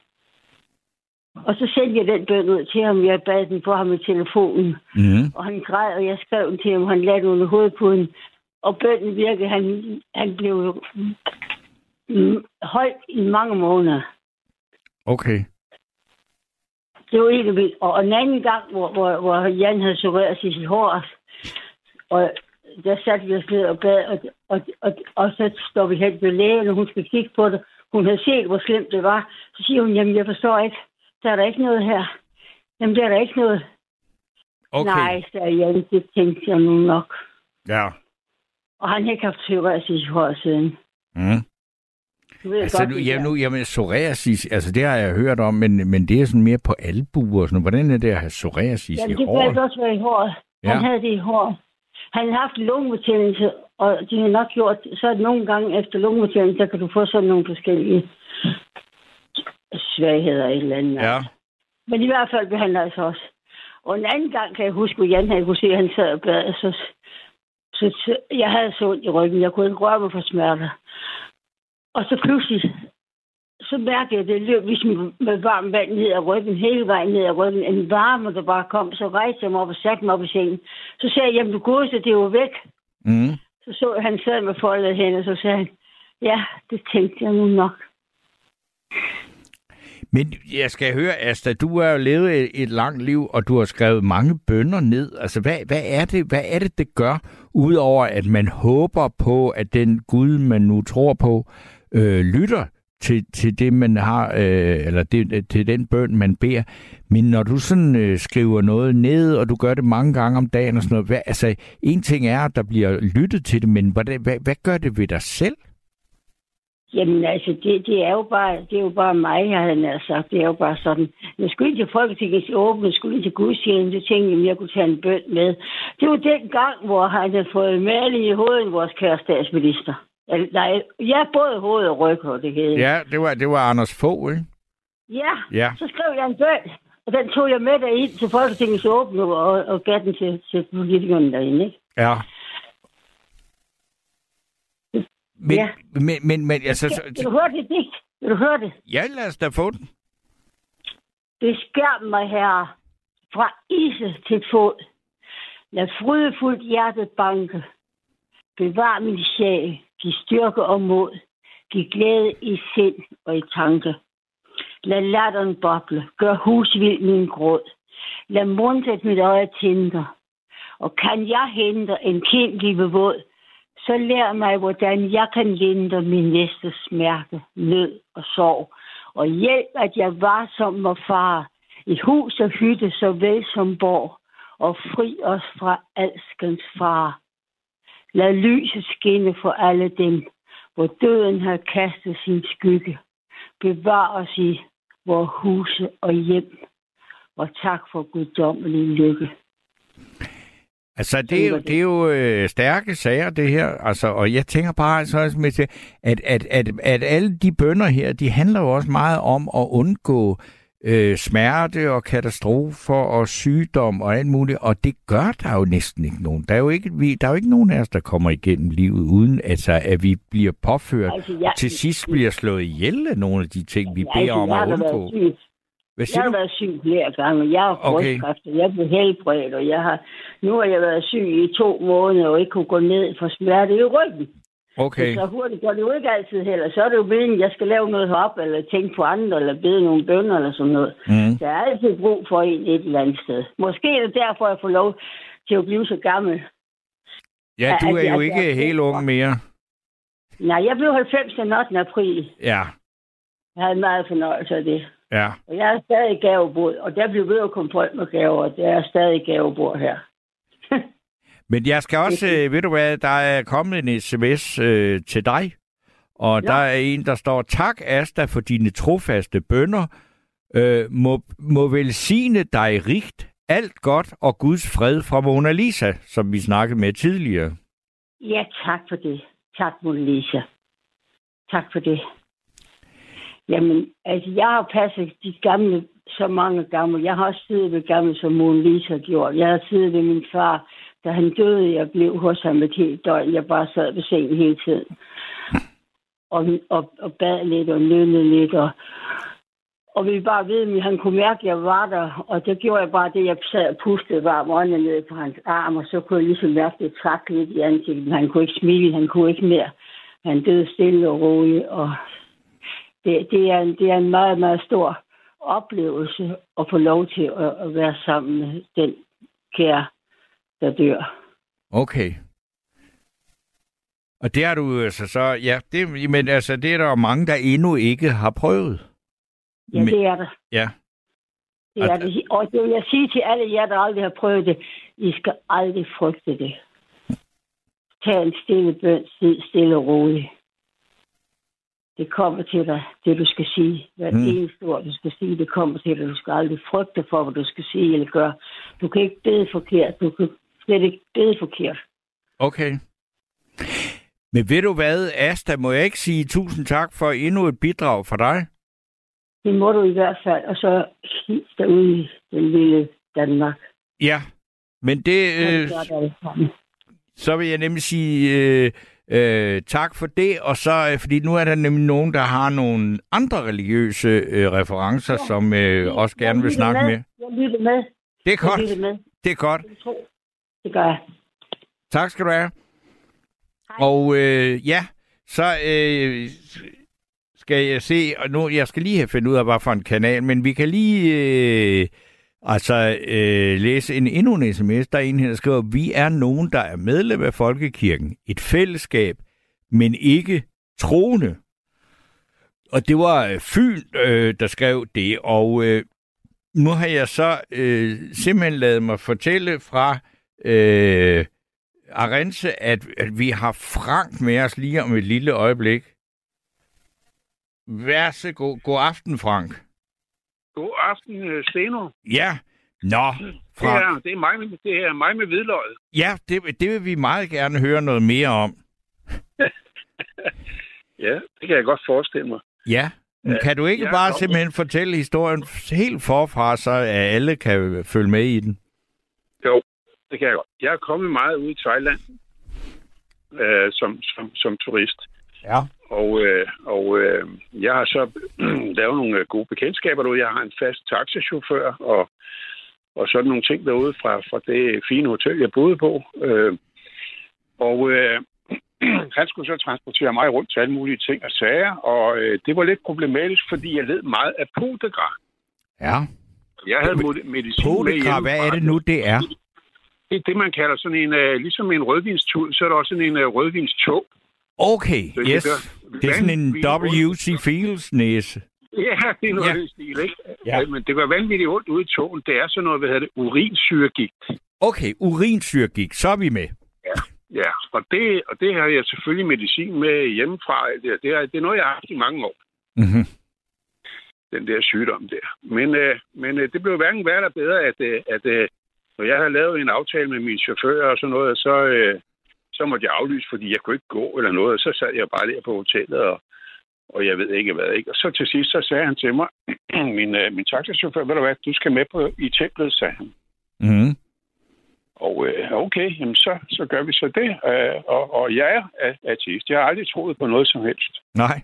Og så sendte jeg den bøn ud til ham. Jeg bad den for ham i telefonen. Mm. Og han græd, og jeg skrev den til ham. Han lagde den under hovedpuden. Og bønnen virkede. Han blev holdt i mange måneder. Okay. Det var en af mine. Og en anden gang, hvor Jan havde sureret sit hår. Og der satte vi os ned og bad. Og så står vi hen ved lægen, og hun skal kigge på det. Hun havde set, hvor slemt det var. Så siger hun, jamen jeg forstår ikke. Der er der ikke noget her. Jamen der er der ikke noget. Okay. Nej, sagde Jan, det tænkte jeg nu nok. Ja. Og han har ikke haft psoriasis i hår siden. Mm. Altså, jamen, psoriasis, altså det har jeg hørt om, men det er sådan mere på albuer og sådan. Hvordan er det at have psoriasis i håret? Det kan også være i håret. Ja. Han havde det i håret. Han har haft lungebetændelse, og de har nok gjort, så nogle gange efter lungebetændelse, der kan du få sådan nogle forskellige svagheder et eller andet. Ja. Men i hvert fald behandler jeg så også. Og en anden gang kan jeg huske, at Jan havde kunne se, at han sad og bad, så jeg havde så ondt i ryggen. Jeg kunne ikke røre mig for smerter. Og så pludselig, så mærkede jeg, at det løb ligesom med varmt vand ned ad ryggen, hele vejen ned ad ryggen. En varme, der bare kom, så rejste jeg mig op og satte mig op i sengen. Så sagde jeg, jamen du godeste, det var væk. Mm. Så han sad med foldet hen, og så sagde han, ja, det tænkte jeg nu nok. Men jeg skal høre, Asta, du har jo levet et langt liv, og du har skrevet mange bønner ned. Altså, hvad er det gør, udover at man håber på, at den Gud, man nu tror på, lytter til det, man har, eller til den bøn, man beder. Men når du sådan skriver noget ned, og du gør det mange gange om dagen og sådan noget, en ting er, at der bliver lyttet til det, men hvad gør det ved dig selv? Jamen altså, det er jo bare mig, jeg havde nær sagt. Det er jo bare sådan. Jeg skulle ikke til Folketingets åbne, jeg skulle ikke til gudstjenesten, så tænkte jeg kunne tage en bøn med. Det var den gang, hvor han havde fået maling i hovedet vores kære statsminister. Nej, ja, både hoved og ryg, og det hed. Ja, det var Anders Fogh, ikke? Ja, så skrev jeg en bøn, og den tog jeg med derind til Folketingets åbne, og gav den til politikerne derinde, ikke? Ja. Men altså... Vil du høre det digt? Vil du høre det? Ja, lad os da få den. Beskærm mig, herre, fra ise til fod. Lad frydefuldt hjertet banke. Bevar min sjæl. Giv styrke og mod. Giv glæde i sind og i tanke. Lad latteren boble. Gør husvild min gråd. Lad mundet mit øje tænder. Og kan jeg hente en kindlig våd, så lær mig, hvordan jeg kan lindre min næste smerte, nød og sorg. Og hjælp, at jeg var som var far, i hus og hytte såvel som borg, og fri os fra alskens far. Lad lyset skinne for alle dem, hvor døden har kastet sin skygge. Bevar os i vores huse og hjem, og tak for guddommelig lykke. Altså, det er jo stærke sager, det her. Altså, og jeg tænker bare altså også med til, at alle de bønner her, de handler jo også meget om at undgå smerte og katastrofer og sygdom og alt muligt. Og det gør der jo næsten ikke nogen. Der er jo ikke nogen af os, der kommer igennem livet, uden at vi bliver påført, og til sidst bliver slået ihjel af nogle af de ting, vi beder om at undgå. Jeg har været syg flere gange. Jeg har brystkræft, og jeg blev helbredt, og nu har jeg været syg i 2 måneder, og ikke kunne gå ned for smerte i ryggen. Okay. Så hurtigt går det jo ikke altid heller. Så er det jo meningen, at jeg skal lave noget heroppe, eller tænke på andre, eller bede nogle bønner, eller sådan noget. Der er altid brug for en et eller andet sted. Måske er det derfor, jeg får lov til at blive så gammel. Ja, du er jo ikke helt ung mere. Nej, jeg blev 90 den 8. april. Ja. Jeg havde meget fornøjelse af det. Ja. Og jeg er stadig gavebord, og der bliver ved at komme folk med gaver, og der er stadig gavebord her. Men jeg skal også, ved du hvad, der er kommet en sms til dig, og der er en, der står, tak Asta for dine trofaste bønner, må velsigne dig rigt, alt godt og Guds fred fra Mona Lisa, som vi snakkede med tidligere. Ja, tak for det. Tak, Mona Lisa. Tak for det. Jamen, altså, jeg har passet de gamle, så mange gamle. Jeg har også siddet ved gamle, som Mona Lisa har gjort. Jeg har siddet ved min far, da han døde. Jeg blev hos ham et helt døgn. Jeg bare sad ved sengen hele tiden. Og bad lidt og nødnede lidt. Og vi bare ved, at han kunne mærke, at jeg var der. Og det gjorde jeg bare det, jeg sad og pustede varm ånden ned på hans arm. Og så kunne jeg ligesom mærke, det trak lidt i ansigtet. Han kunne ikke smile, han kunne ikke mere. Han døde stille og roligt, og det er en meget, meget stor oplevelse at få lov til at være sammen med den kære, der dør. Okay. Og det har du altså så... Ja, men altså, det er der mange, der endnu ikke har prøvet. Ja, det er der. Ja. Det er det. Og det vil jeg sige til alle jer, der aldrig har prøvet det. I skal aldrig frygte det. Tag en stille bøn, stille og roligt. Det kommer til dig, det du skal sige. Hvad eneste ord, du skal sige, det kommer til dig. Du skal aldrig frygte for, hvad du skal sige eller gøre. Du kan ikke bede forkert. Du kan slet ikke bede forkert. Okay. Men ved du hvad, Asta, må jeg ikke sige tusind tak for endnu et bidrag fra dig? Det må du i hvert fald. Og så hils derude i den lille Danmark. Ja, men det... så vil jeg nemlig sige... tak for det, og så, fordi nu er der nemlig nogen, der har nogle andre religiøse referencer, som også gerne vil snakke med. Jeg lytter med. Det er godt. Det er godt. Det gør jeg. Tak skal du have. Hej. Og så skal jeg se, og nu, jeg skal lige have fundet ud af, hvad for en kanal, men vi kan lige... læse endnu en sms, der er en her, der skriver, vi er nogen, der er medlem af Folkekirken, et fællesskab, men ikke troende. Og det var Fyn, der skrev det, og nu har jeg så simpelthen ladet mig fortælle fra Arense, at vi har Frank med os lige om et lille øjeblik. Værsgo. God aften, Frank. God aften, Steno. Ja, Frank. Det er mig med hvidløget. Ja, det vil vi meget gerne høre noget mere om. Ja, det kan jeg godt forestille mig. Ja, men kan du ikke bare simpelthen fortælle historien helt forfra, så alle kan følge med i den? Jo, det kan jeg godt. Jeg er kommet meget ud i Thailand som turist. Ja. Og jeg har så lavet nogle gode bekendtskaber derude. Jeg har en fast taxachauffør, og sådan nogle ting derude fra det fine hotel, jeg boede på. Han skulle så transportere mig rundt til alle mulige ting og sager, og det var lidt problematisk, fordi jeg led meget af podegrar. Ja. Jeg havde medicin podegrar, hvad er det nu, det er? Det er det, man kalder sådan en, ligesom en rødvinstud, så er der også sådan en rødvinstog. Okay, yes. Det er sådan en W.C. Fields næse. Ja, det er noget af det stil, ikke? Ja. Men det går vanvittigt ondt ude i togen. Det er sådan noget, hvad hedder det, urinsyregigt. Okay, urinsyregigt, så er vi med. Ja, og det har jeg selvfølgelig medicin med hjemmefra. Det er noget, jeg har haft i mange år. Mm-hmm. Den der sygdom der. Men det blev hverken værre eller bedre, at når jeg havde lavet en aftale med min chauffør og sådan noget, så måtte jeg aflyse, fordi jeg kunne ikke gå eller noget. Så sad jeg bare der på hotellet, og jeg ved ikke hvad, ikke? Og så til sidst, så sagde han til mig, min taxichauffør, ved du hvad, du skal med i templet, sagde han. Mm. Og okay, jamen så gør vi så det. Og jeg er ateist. Jeg har aldrig troet på noget som helst. Nej.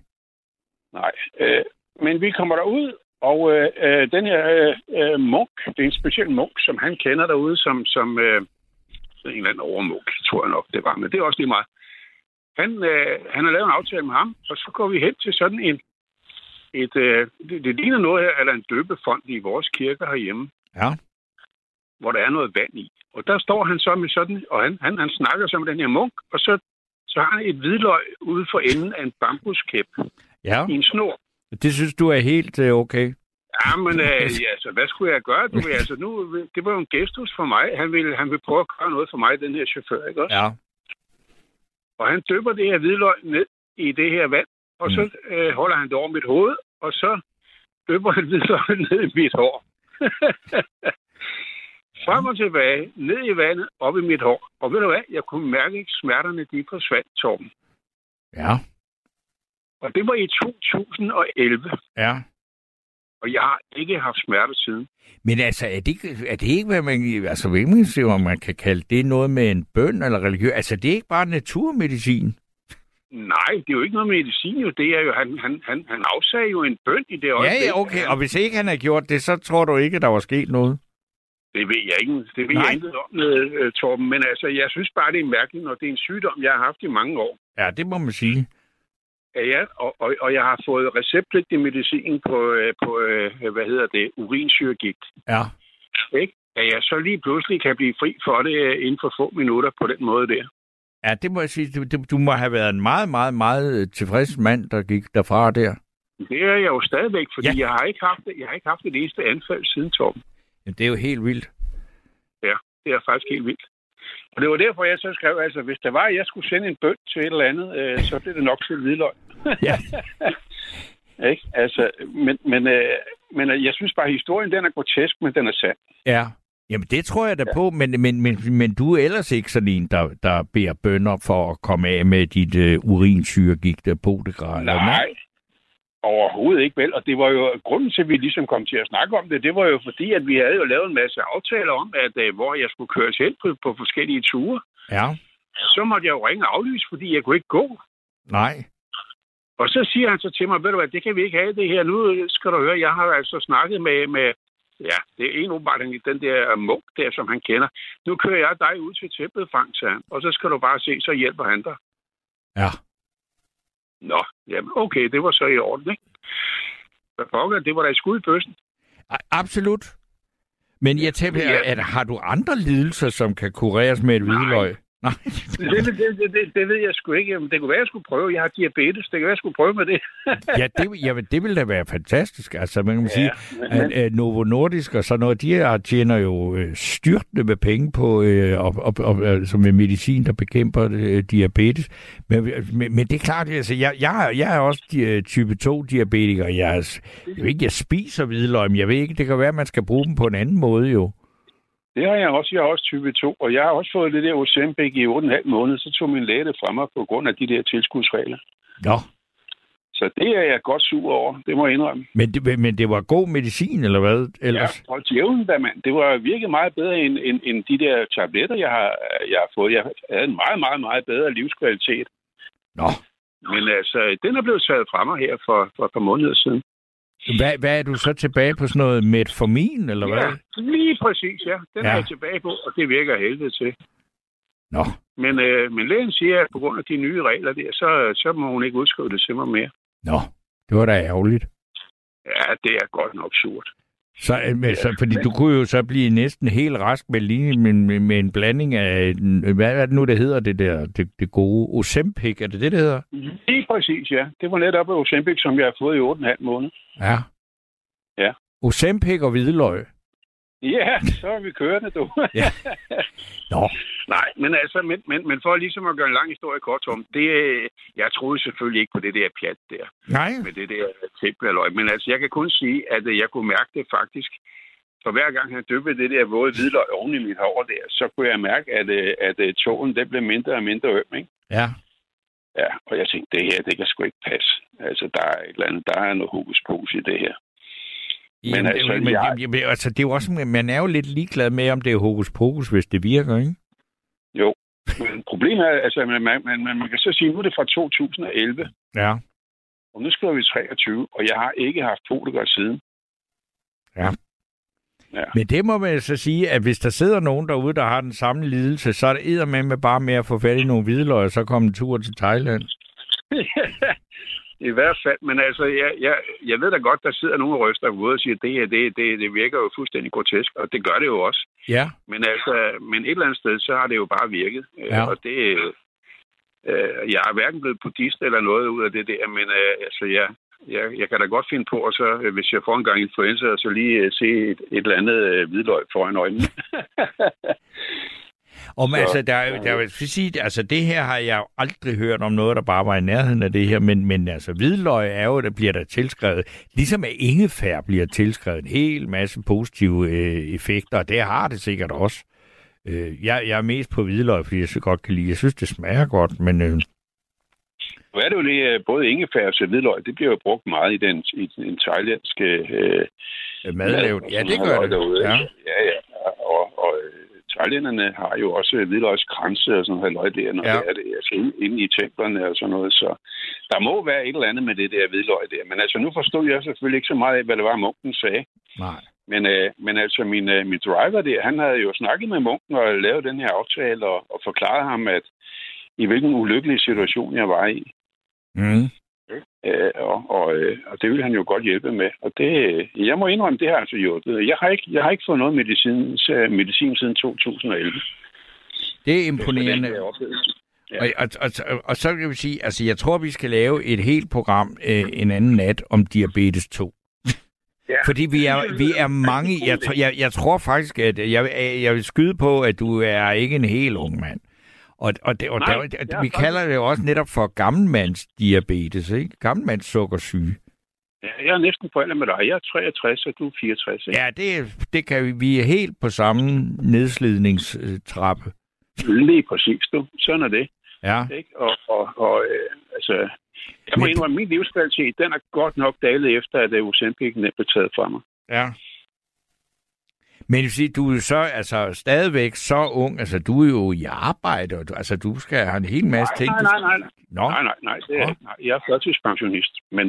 Men vi kommer derud, og den her munk, det er en speciel munk, som han kender derude, som en eller anden overmunk, tror jeg nok, det var. Men det er også lige meget. Han har lavet en aftale med ham, og så går vi hen til sådan det ligner noget her, eller en døbefond i vores kirke herhjemme. Ja. Hvor der er noget vand i. Og der står han så med sådan, og han snakker så med den her munk, og så har han et hvidløg ude for enden af en bambuskæp. Ja. I en snor. Det synes du er helt okay? Ja, men så hvad skulle jeg gøre? Det var jo en gestus for mig. Han ville prøve at gøre noget for mig, den her chauffør, ikke også? Ja. Og han dypper det her hvidløg ned i det her vand, og så holder han det over mit hoved, og så dypper han hvidløg ned i mit hår. Frem og tilbage, ned i vandet, op i mit hår. Og ved du hvad? Jeg kunne mærke, at smerterne, de forsvandt, Torben. Ja. Og det var i 2011. Ja. Og jeg har ikke haft smerte siden. Men altså, er det ikke, hvad man... Altså, hvad man kan kalde det noget med en bøn eller religiøs? Altså, det er ikke bare naturmedicin? Nej, det er jo ikke noget medicin, jo. Det er jo... Han afsagde jo en bøn i det øjeblik. Ja, okay. Og hvis ikke han har gjort det, så tror du ikke, der var sket noget? Det ved jeg ikke. Det ved jeg ikke om, Torben. Men altså, jeg synes bare, det er mærkeligt, når det er en sygdom, jeg har haft i mange år. Ja, det må man sige. Ja, og jeg har fået receptpligtig medicin på urinsyregigt. Ja. Ikke? At jeg så lige pludselig kan blive fri for det inden for få minutter på den måde der. Ja, det må jeg sige. Du må have været en meget, meget, meget tilfreds mand, der gik derfra der. Det er jeg jo stadigvæk, fordi jeg har ikke haft det eneste anfald siden, Torben. Jamen, det er jo helt vildt. Ja, det er faktisk helt vildt. Og det var derfor, jeg så skrev, altså, hvis der var, at jeg skulle sende en bøn til et eller andet, så blev det nok til hvidløg. Ja. Ikke? Altså, men jeg synes bare, at historien, den er grotesk, men den er sand. Ja. Jamen, det tror jeg da på, men du er ellers ikke sådan en, der beder bønner for at komme af med dit urinsyregigt podegrar. Nej. Overhovedet ikke vel, og det var jo grunden til, at vi ligesom kom til at snakke om det. Det var jo fordi, at vi havde jo lavet en masse aftaler om, at hvor jeg skulle køres hen på forskellige ture. Ja. Så måtte jeg jo ringe og aflyse, fordi jeg kunne ikke gå. Nej. Og så siger han så til mig, ved du hvad, det kan vi ikke have det her. Nu skal du høre, jeg har altså snakket med det er en åbenbart den der munk der, som han kender. Nu kører jeg dig ud til templet, Frank, sagde han. Og så skal du bare se, så hjælper han dig. Ja. Nå, jamen okay, det var så i orden, ikke? Hvad pokker, det var da et skud i bøssen. Absolut. Men jeg tænker, har du andre lidelser, som kan kureres med et hvidløg? Nej. Det ved jeg sgu ikke. Jamen, det kunne være, jeg skulle prøve. Jeg har diabetes. Det kan være, jeg skulle prøve med det. det ville da være fantastisk. Altså, man kan sige, at Novo Nordisk og sådan noget, de tjener jo styrtende med penge på som med medicin, der bekæmper diabetes. Men det er klart, altså, jeg er også type 2-diabetiker. Jeg spiser hvidløg, men jeg ved ikke, det kan være, at man skal bruge dem på en anden måde jo. Det har jeg også. Jeg har også type 2, og jeg har også fået det der Ozempic i 8,5 måneder. Så tog min læge det fra mig på grund af de der tilskudsregler. Nå. Så det er jeg godt sur over. Det må jeg indrømme. Men det var god medicin, eller hvad? Ellers? Ja, og djævlen da, mand. Det var virkelig meget bedre end de der tabletter, jeg har fået. Jeg havde en meget, meget, meget bedre livskvalitet. Nå. Men altså, den er blevet taget fra mig her for et par måneder siden. Hvad er du så tilbage på sådan noget metformin, eller hvad? Ja, lige præcis, ja. Den er jeg tilbage på, og det virker helvede til. Nå. Men lægen siger, at på grund af de nye regler der, så må hun ikke udskrive det til mig mere. Nå, det var da ærgerligt. Ja, det er godt nok surt. Så fordi du kunne jo så blive næsten helt rask med en blanding af, hvad er det nu, det hedder, det gode Ozempic, er det det hedder? Lige præcis, ja. Det var netop Ozempic, som jeg har fået i 8,5 måneder. Ja. Ja. Ozempic og hvidløg. Ja, så er vi kørende, du. Ja. Nå. Nej, men altså, men for ligesom at gøre en lang historie kort, Tom, jeg troede selvfølgelig ikke på det der pjat der. Nej. Med det der tempelhalløj. Men altså, jeg kan kun sige, at jeg kunne mærke det faktisk. For hver gang han dyppede det der våde hvidløg oven i mit hår der, så kunne jeg mærke, at tågen, det blev mindre og mindre øm, ikke? Ja. Ja, og jeg tænkte, det her, det kan sgu ikke passe. Altså, der er et eller andet, der er noget hokus pokus i det her. Men altså, det er jo også, man er jo lidt ligeglad med, om det er hokus pokus, hvis det virker, ikke? Jo, men problemet er, altså, man kan så sige, nu er det fra 2011. Ja. Og nu skriver vi 23, og jeg har ikke haft Poligraf siden. Ja. Men det må man så sige, at hvis der sidder nogen derude, der har den samme lidelse, så er det eddermame bare med at få fat i nogle hvidløg, og så komme en tur til Thailand. I hvert fald, men altså, jeg ved da godt, der sidder nogle ryster ude og siger, at det virker jo fuldstændig grotesk, og det gør det jo også. Ja. Men et eller andet sted, så har det jo bare virket. Ja. Og det, jeg er hverken blevet buddhist eller noget ud af det der, men altså, jeg kan da godt finde på, og så, hvis jeg får en gang influenza, så lige se et eller andet hvidløg foran øjnene. Altså, der vil sige, altså det her har jeg jo aldrig hørt om noget, der bare var i nærheden af det her, men altså hvidløg er jo, der bliver der tilskrevet, ligesom at ingefær bliver tilskrevet en hel masse positive effekter, og det har det sikkert også. Jeg er mest på hvidløg, fordi jeg så godt kan lide. Jeg synes, det smager godt, men... Nu er det jo det, både ingefær og hvidløg, det bliver jo brugt meget i den thailandske madlavning. Ja, det gør det. Derude. Ja. Ja. Og thailænderne har jo også hvidløgskranse og sådan noget løg der, når det er det, altså inde i templerne og sådan noget. Så der må være et eller andet med det der hvidløg der. Men altså, nu forstod jeg selvfølgelig ikke så meget af, hvad det var, munken sagde. Nej. Men altså, min driver der, han havde jo snakket med munken og lavet den her aftale og forklaret ham, at i hvilken ulykkelig situation jeg var i. Mm. Og det vil han jo godt hjælpe med. Og det, jeg må indrømme, det har altså hjulpet. Jeg har ikke fået noget medicin siden 2011. Det er imponerende. Ja. Og så kan vi sige, altså jeg tror, vi skal lave et helt program en anden nat om diabetes 2. Ja. Fordi vi er mange. Jeg tror faktisk, at jeg vil skyde på, at du er ikke en helt ung mand. Vi kalder det jo også netop for gammelmandsdiabetes, ikke? Gammelmandssukkersyge. Ja, jeg er næsten på alder med dig. Jeg er 63, og du er 64, ikke? Ja, det kan vi er helt på samme nedslidningstrappe. Lige præcis, du. Sådan er det. Ja. Ikke? Altså, jeg må indrømme, min livskvalitet, den er godt nok dalet efter, at Ozempic blev taget fra mig. Ja. Men du er så altså stadigvæk så ung, altså du er jo i arbejde, og du skal have en hel masse ting. Nej, det er, nej, jeg er førtidspensionist, men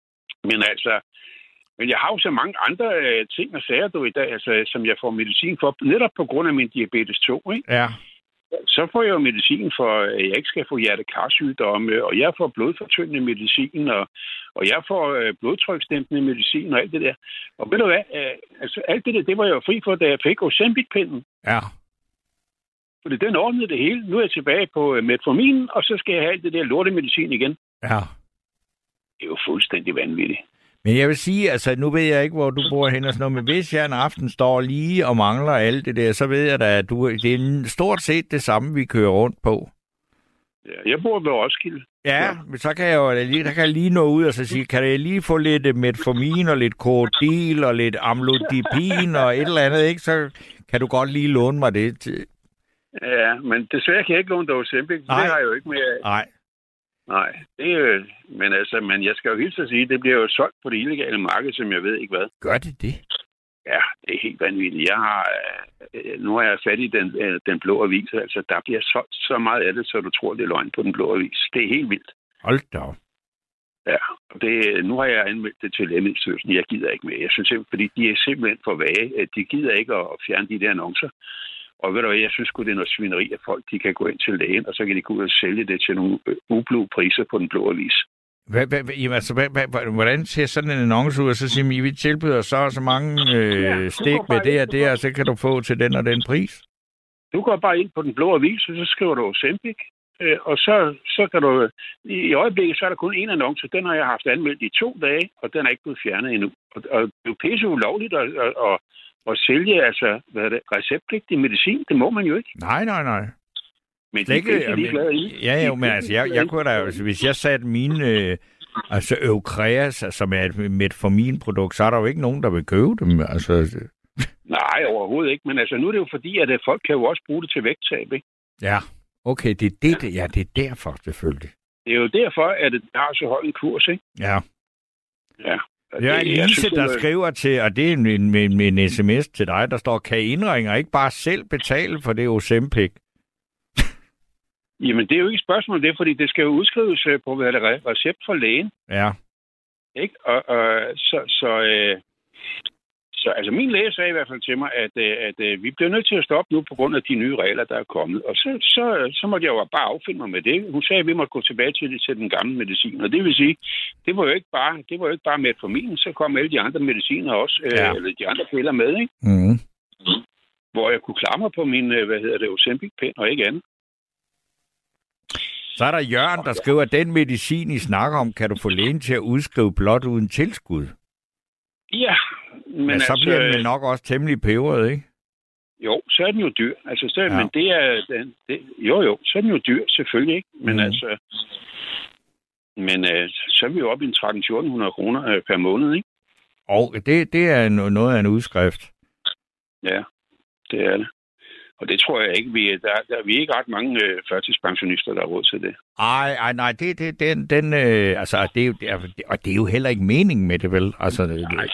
jeg har jo så mange andre ting og sager i dag, altså, som jeg får medicin for, netop på grund af min diabetes 2, ikke? Ja. Så får jeg jo medicin for, at jeg ikke skal få hjertekarsygdomme, og jeg får blodfortyndende medicin, og jeg får blodtryksdæmpende medicin og alt det der. Og ved du hvad? Altså, alt det der, det var jeg jo fri for, da jeg fik Ozempic-pinden. Ja. Fordi den ordnede det hele. Nu er jeg tilbage på metformin, og så skal jeg have alt det der lortemedicin igen. Ja. Det er jo fuldstændig vanvittigt. Men jeg vil sige, altså nu ved jeg ikke, hvor du bor hen og sådan noget, men hvis jeg en aften står lige og mangler alt det der, så ved jeg da, at det er stort set det samme, vi kører rundt på. Ja, jeg bor ved Roskilde. Ja, men så kan jeg lige nå ud og så sige, kan jeg lige få lidt metformin og lidt Cordil og lidt amlodipin og et eller andet, ikke? Så kan du godt lige låne mig det. Ja, men desværre kan jeg ikke låne dig Ozempic, det har jeg jo ikke mere af. Nej, det er jo... Men jeg skal jo hilse at sige, det bliver jo solgt på det illegale marked, som jeg ved ikke hvad. Gør det? Ja, det er helt vanvittigt. Nu har jeg fat i den blå avis, altså der bliver solgt så meget af det, så du tror, det er løgn på den blå avis. Det er helt vildt. Hold da op. Ja, og nu har jeg anmeldt det til Lægemiddelstyrelsen. Jeg gider ikke mere. Jeg synes simpelthen, fordi de er simpelthen for vage. De gider ikke at fjerne de der annoncer. Og ved du hvad, jeg synes det er noget svineri, at folk de kan gå ind til lægen, og så kan de gå ud og sælge det til nogle ublu priser på den blå avis. Hvordan ser sådan en annonce ud, og så siger man, I vil tilbyde så mange stik med det og det, og så kan du få til den og den pris? Du går bare ind på den blå avis, og så skriver du Ozempic, og så kan du... I øjeblikket, så er der kun en annonce. Den har jeg haft anmeldt i 2 dage, og den er ikke blevet fjernet endnu. Og det er jo pisse ulovligt at sælge receptpligtig medicin. Det må man jo ikke. Nej. Men de er ligeglade i. Ja, men altså, jeg kunne da, hvis jeg satte mine Eukreas, som er et metforminprodukt, så er der jo ikke nogen, der vil købe dem. Altså. Nej, overhovedet ikke. Men altså, nu er det jo fordi, at folk kan jo også bruge det til vægttab, ikke? Ja, okay, det er derfor selvfølgelig. Det er jo derfor, at det har så høj en kurs, ikke? Ja. Ja. Det er Lise, der skriver til, og det er en sms til dig, der står, kan indringer ikke bare selv betale for det Ozempic? Jamen, det er jo ikke et spørgsmål, det er, fordi det skal jo udskrives på recept fra lægen. Ja. Ikke? Så altså, min læge sagde i hvert fald til mig, at vi bliver nødt til at stoppe nu på grund af de nye regler, der er kommet. Og så måtte jeg jo bare affinde mig med det. Hun sagde, at vi måtte gå tilbage til den gamle medicin. Og det vil sige, det var jo ikke bare metformin, så kom alle de andre mediciner også, eller de andre piller med, ikke? Mm. Hvor jeg kunne klare mig på min, Ozempic-pen og ikke andet. Så er der Jørgen, der skriver, at den medicin, I snakker om, kan du få lægen til at udskrive blot uden tilskud. Ja, men så altså, bliver den nok også temmelig peberet, ikke? Jo, så er den jo dyr. Altså, men det er... så er den jo dyr, selvfølgelig ikke. Men altså... Men så er vi jo oppe i 1.300-1.400 kroner per måned, ikke? Og det er noget af en udskrift. Ja, det er det. Og det tror jeg ikke. Vi er ikke ret mange førtidspensionister, der har råd til det. Nej, og det er jo heller ikke meningen med det, vel? Altså,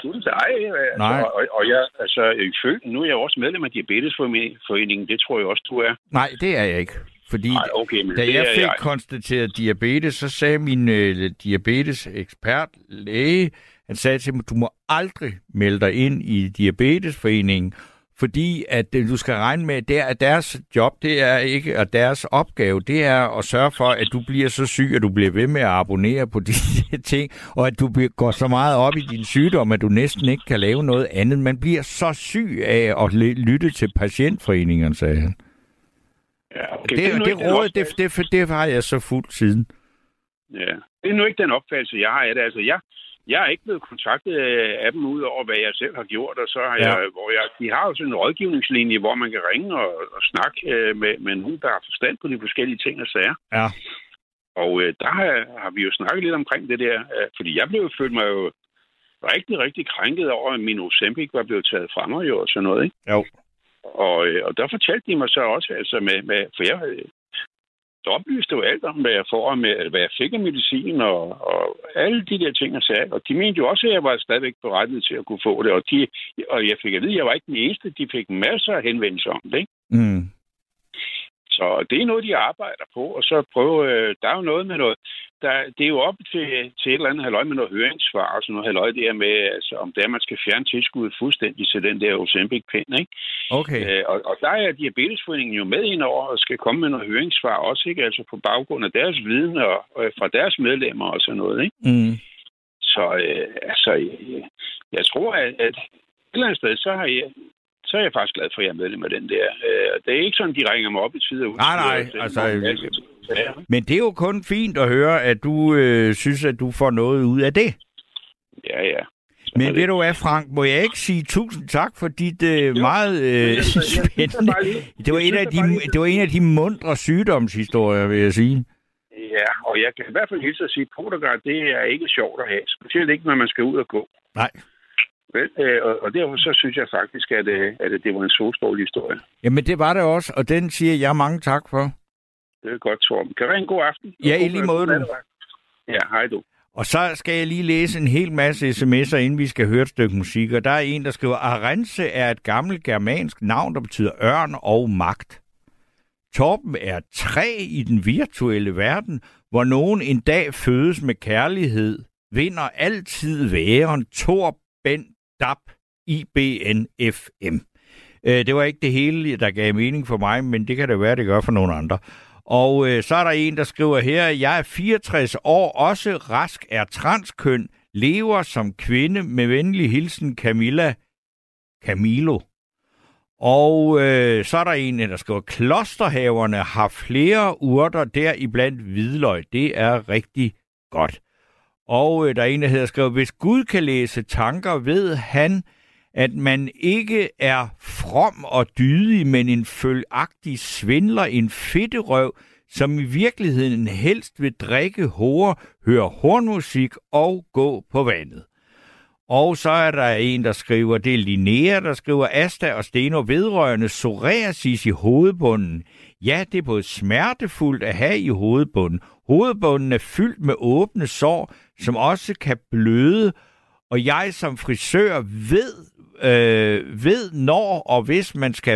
nej. Og jeg, altså, nu er jeg også medlem af Diabetesforeningen. Det tror jeg også, du er. Nej, det er jeg ikke. Fordi da jeg fik konstateret diabetes, så sagde min diabetes-ekspert, læge, han sagde til mig, du må aldrig melde dig ind i Diabetesforeningen, fordi at du skal regne med, at deres job, det er ikke, og deres opgave, det er at sørge for, at du bliver så syg, at du bliver ved med at abonnere på de ting, og at du går så meget op i din sygdom, at du næsten ikke kan lave noget andet. Man bliver så syg af at lytte til patientforeningerne, sagde han. Ja, okay. Det har jeg så fuldt siden. Ja, det er nu ikke den opfattelse, jeg har af det. Altså, jeg er ikke blevet kontaktet af dem ud over, hvad jeg selv har gjort, og så har de har jo sådan en rådgivningslinje, hvor man kan ringe og snakke med nogen, der har forstand på de forskellige ting og sager. Ja. Og der har vi jo snakket lidt omkring det der, fordi jeg følte mig jo rigtig, rigtig krænket over, at min Ozempic var blevet taget fra mig jo, og sådan noget, ikke? Jo. Og der fortalte de mig så også, altså for jeg oplyste jo alt om, hvad jeg får, hvad jeg fik af medicin, og alle de der ting, jeg sagde. Og de mente jo også, at jeg var stadigvæk berettiget til at kunne få det. Og jeg fik at vide, at jeg var ikke den eneste. De fik masser af henvendelser om det, ikke? Mm. Så det er noget, de arbejder på. Og så der er jo noget med noget. Det er jo op til et eller andet halløj med noget høringssvar, og sådan noget halløj der med, altså, om det er, man skal fjerne tilskuddet fuldstændig til den der Ozempic-pen, ikke? Okay. Og der er Diabetesforeningen jo med ind over og skal komme med noget høringssvar også, ikke? Altså på baggrund af deres viden og fra deres medlemmer og sådan noget, ikke? Mm. Så jeg tror, at et eller andet sted, så er jeg faktisk glad for, at jeg er medlem af den der. Det er ikke sådan, de ringer mig op i tid og ud. Nej, altså... Men det er jo kun fint at høre, at du synes, at du får noget ud af det. Ja. Men ved du hvad, Frank, må jeg ikke sige tusind tak for dit meget spændende... Det var en af de mundre sygdomshistorier, vil jeg sige. Ja, og jeg kan i hvert fald hilse at sige, at Podagar, det er ikke sjovt at have. Specielt ikke, når man skal ud og gå. Nej. Og derfor så synes jeg faktisk, at det var en så stor historie. Jamen, det var det også, og den siger jeg mange tak for. Det er godt, Torben. Kan det være en god aften? Ja, i lige måde, du. Ja, hej du. Og så skal jeg lige læse en hel masse sms'er, inden vi skal høre et stykke musik. Og der er en, der skriver, Arense er et gammelt germansk navn, der betyder ørn og magt. Torben er 3 i den virtuelle verden, hvor nogen en dag fødes med kærlighed, vinder altid væren Torben Dab IBNFM. Det var ikke det hele, der gav mening for mig, men det kan det være, det gør for nogle andre. Og så er der en, der skriver her, jeg er 64 år, også rask, er transkøn, lever som kvinde, med venlig hilsen Camilo. Og så er der en, der skriver, klosterhaverne har flere urter, deriblandt hvidløg. Det er rigtig godt. Og der er en, der hedder skriver, hvis Gud kan læse tanker, ved han, at man ikke er from og dydig, men en følagtig svindler, en fedterøv, som i virkeligheden helst vil drikke hore, høre hornmusik og gå på vandet. Og så er der en, der skriver, det er Linnea, der skriver, Asta og Steno vedrørende psoriasis i hovedbunden. Ja, det er både smertefuldt at have i hovedbunden. Hovedbunden er fyldt med åbne sår, som også kan bløde, og jeg som frisør ved når og hvis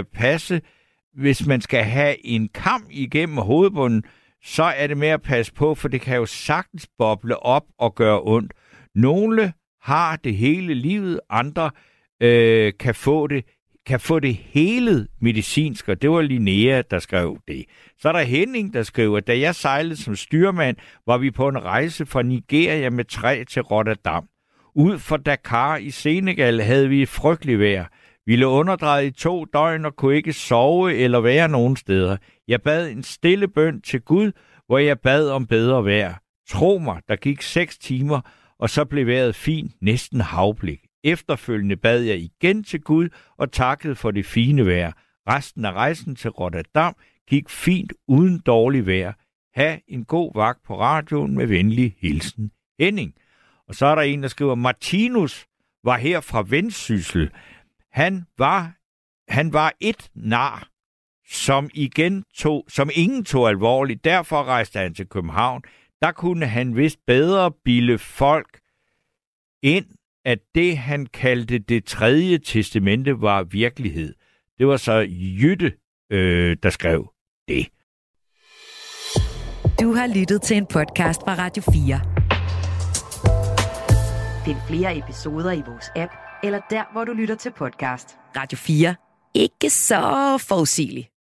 man skal have en kam igennem hovedbunden, så er det med at passe på, for det kan jo sagtens boble op og gøre ondt. Nogle har det hele livet, andre kan få det helet medicinsk, og det var Linnea, der skrev det. Så er der Henning, der skriver, da jeg sejlede som styrmand, var vi på en rejse fra Nigeria med træ til Rotterdam. Ud for Dakar i Senegal havde vi et frygteligt vejr. Vi lå underdrejet i 2 døgn og kunne ikke sove eller være nogen steder. Jeg bad en stille bøn til Gud, hvor jeg bad om bedre vejr. Tro mig, der gik 6 timer, og så blev vejret fint, næsten havblik. Efterfølgende bad jeg igen til Gud og takkede for det fine vejr. Resten af rejsen til Rotterdam gik fint uden dårlig vejr. Ha' en god vagt på radioen med venlig hilsen, Henning. Og så er der en, der skriver, Martinus var her fra Vendsyssel. Han var et nar, som ingen tog alvorligt. Derfor rejste han til København. Der kunne han vist bedre bilde folk ind, at det, han kaldte det 3. testamente, var virkelighed. Det var så Jytte, der skrev det. Du har lyttet til en podcast fra Radio 4. Find flere episoder i vores app, eller der, hvor du lytter til podcast. Radio 4. Ikke så forudsigeligt.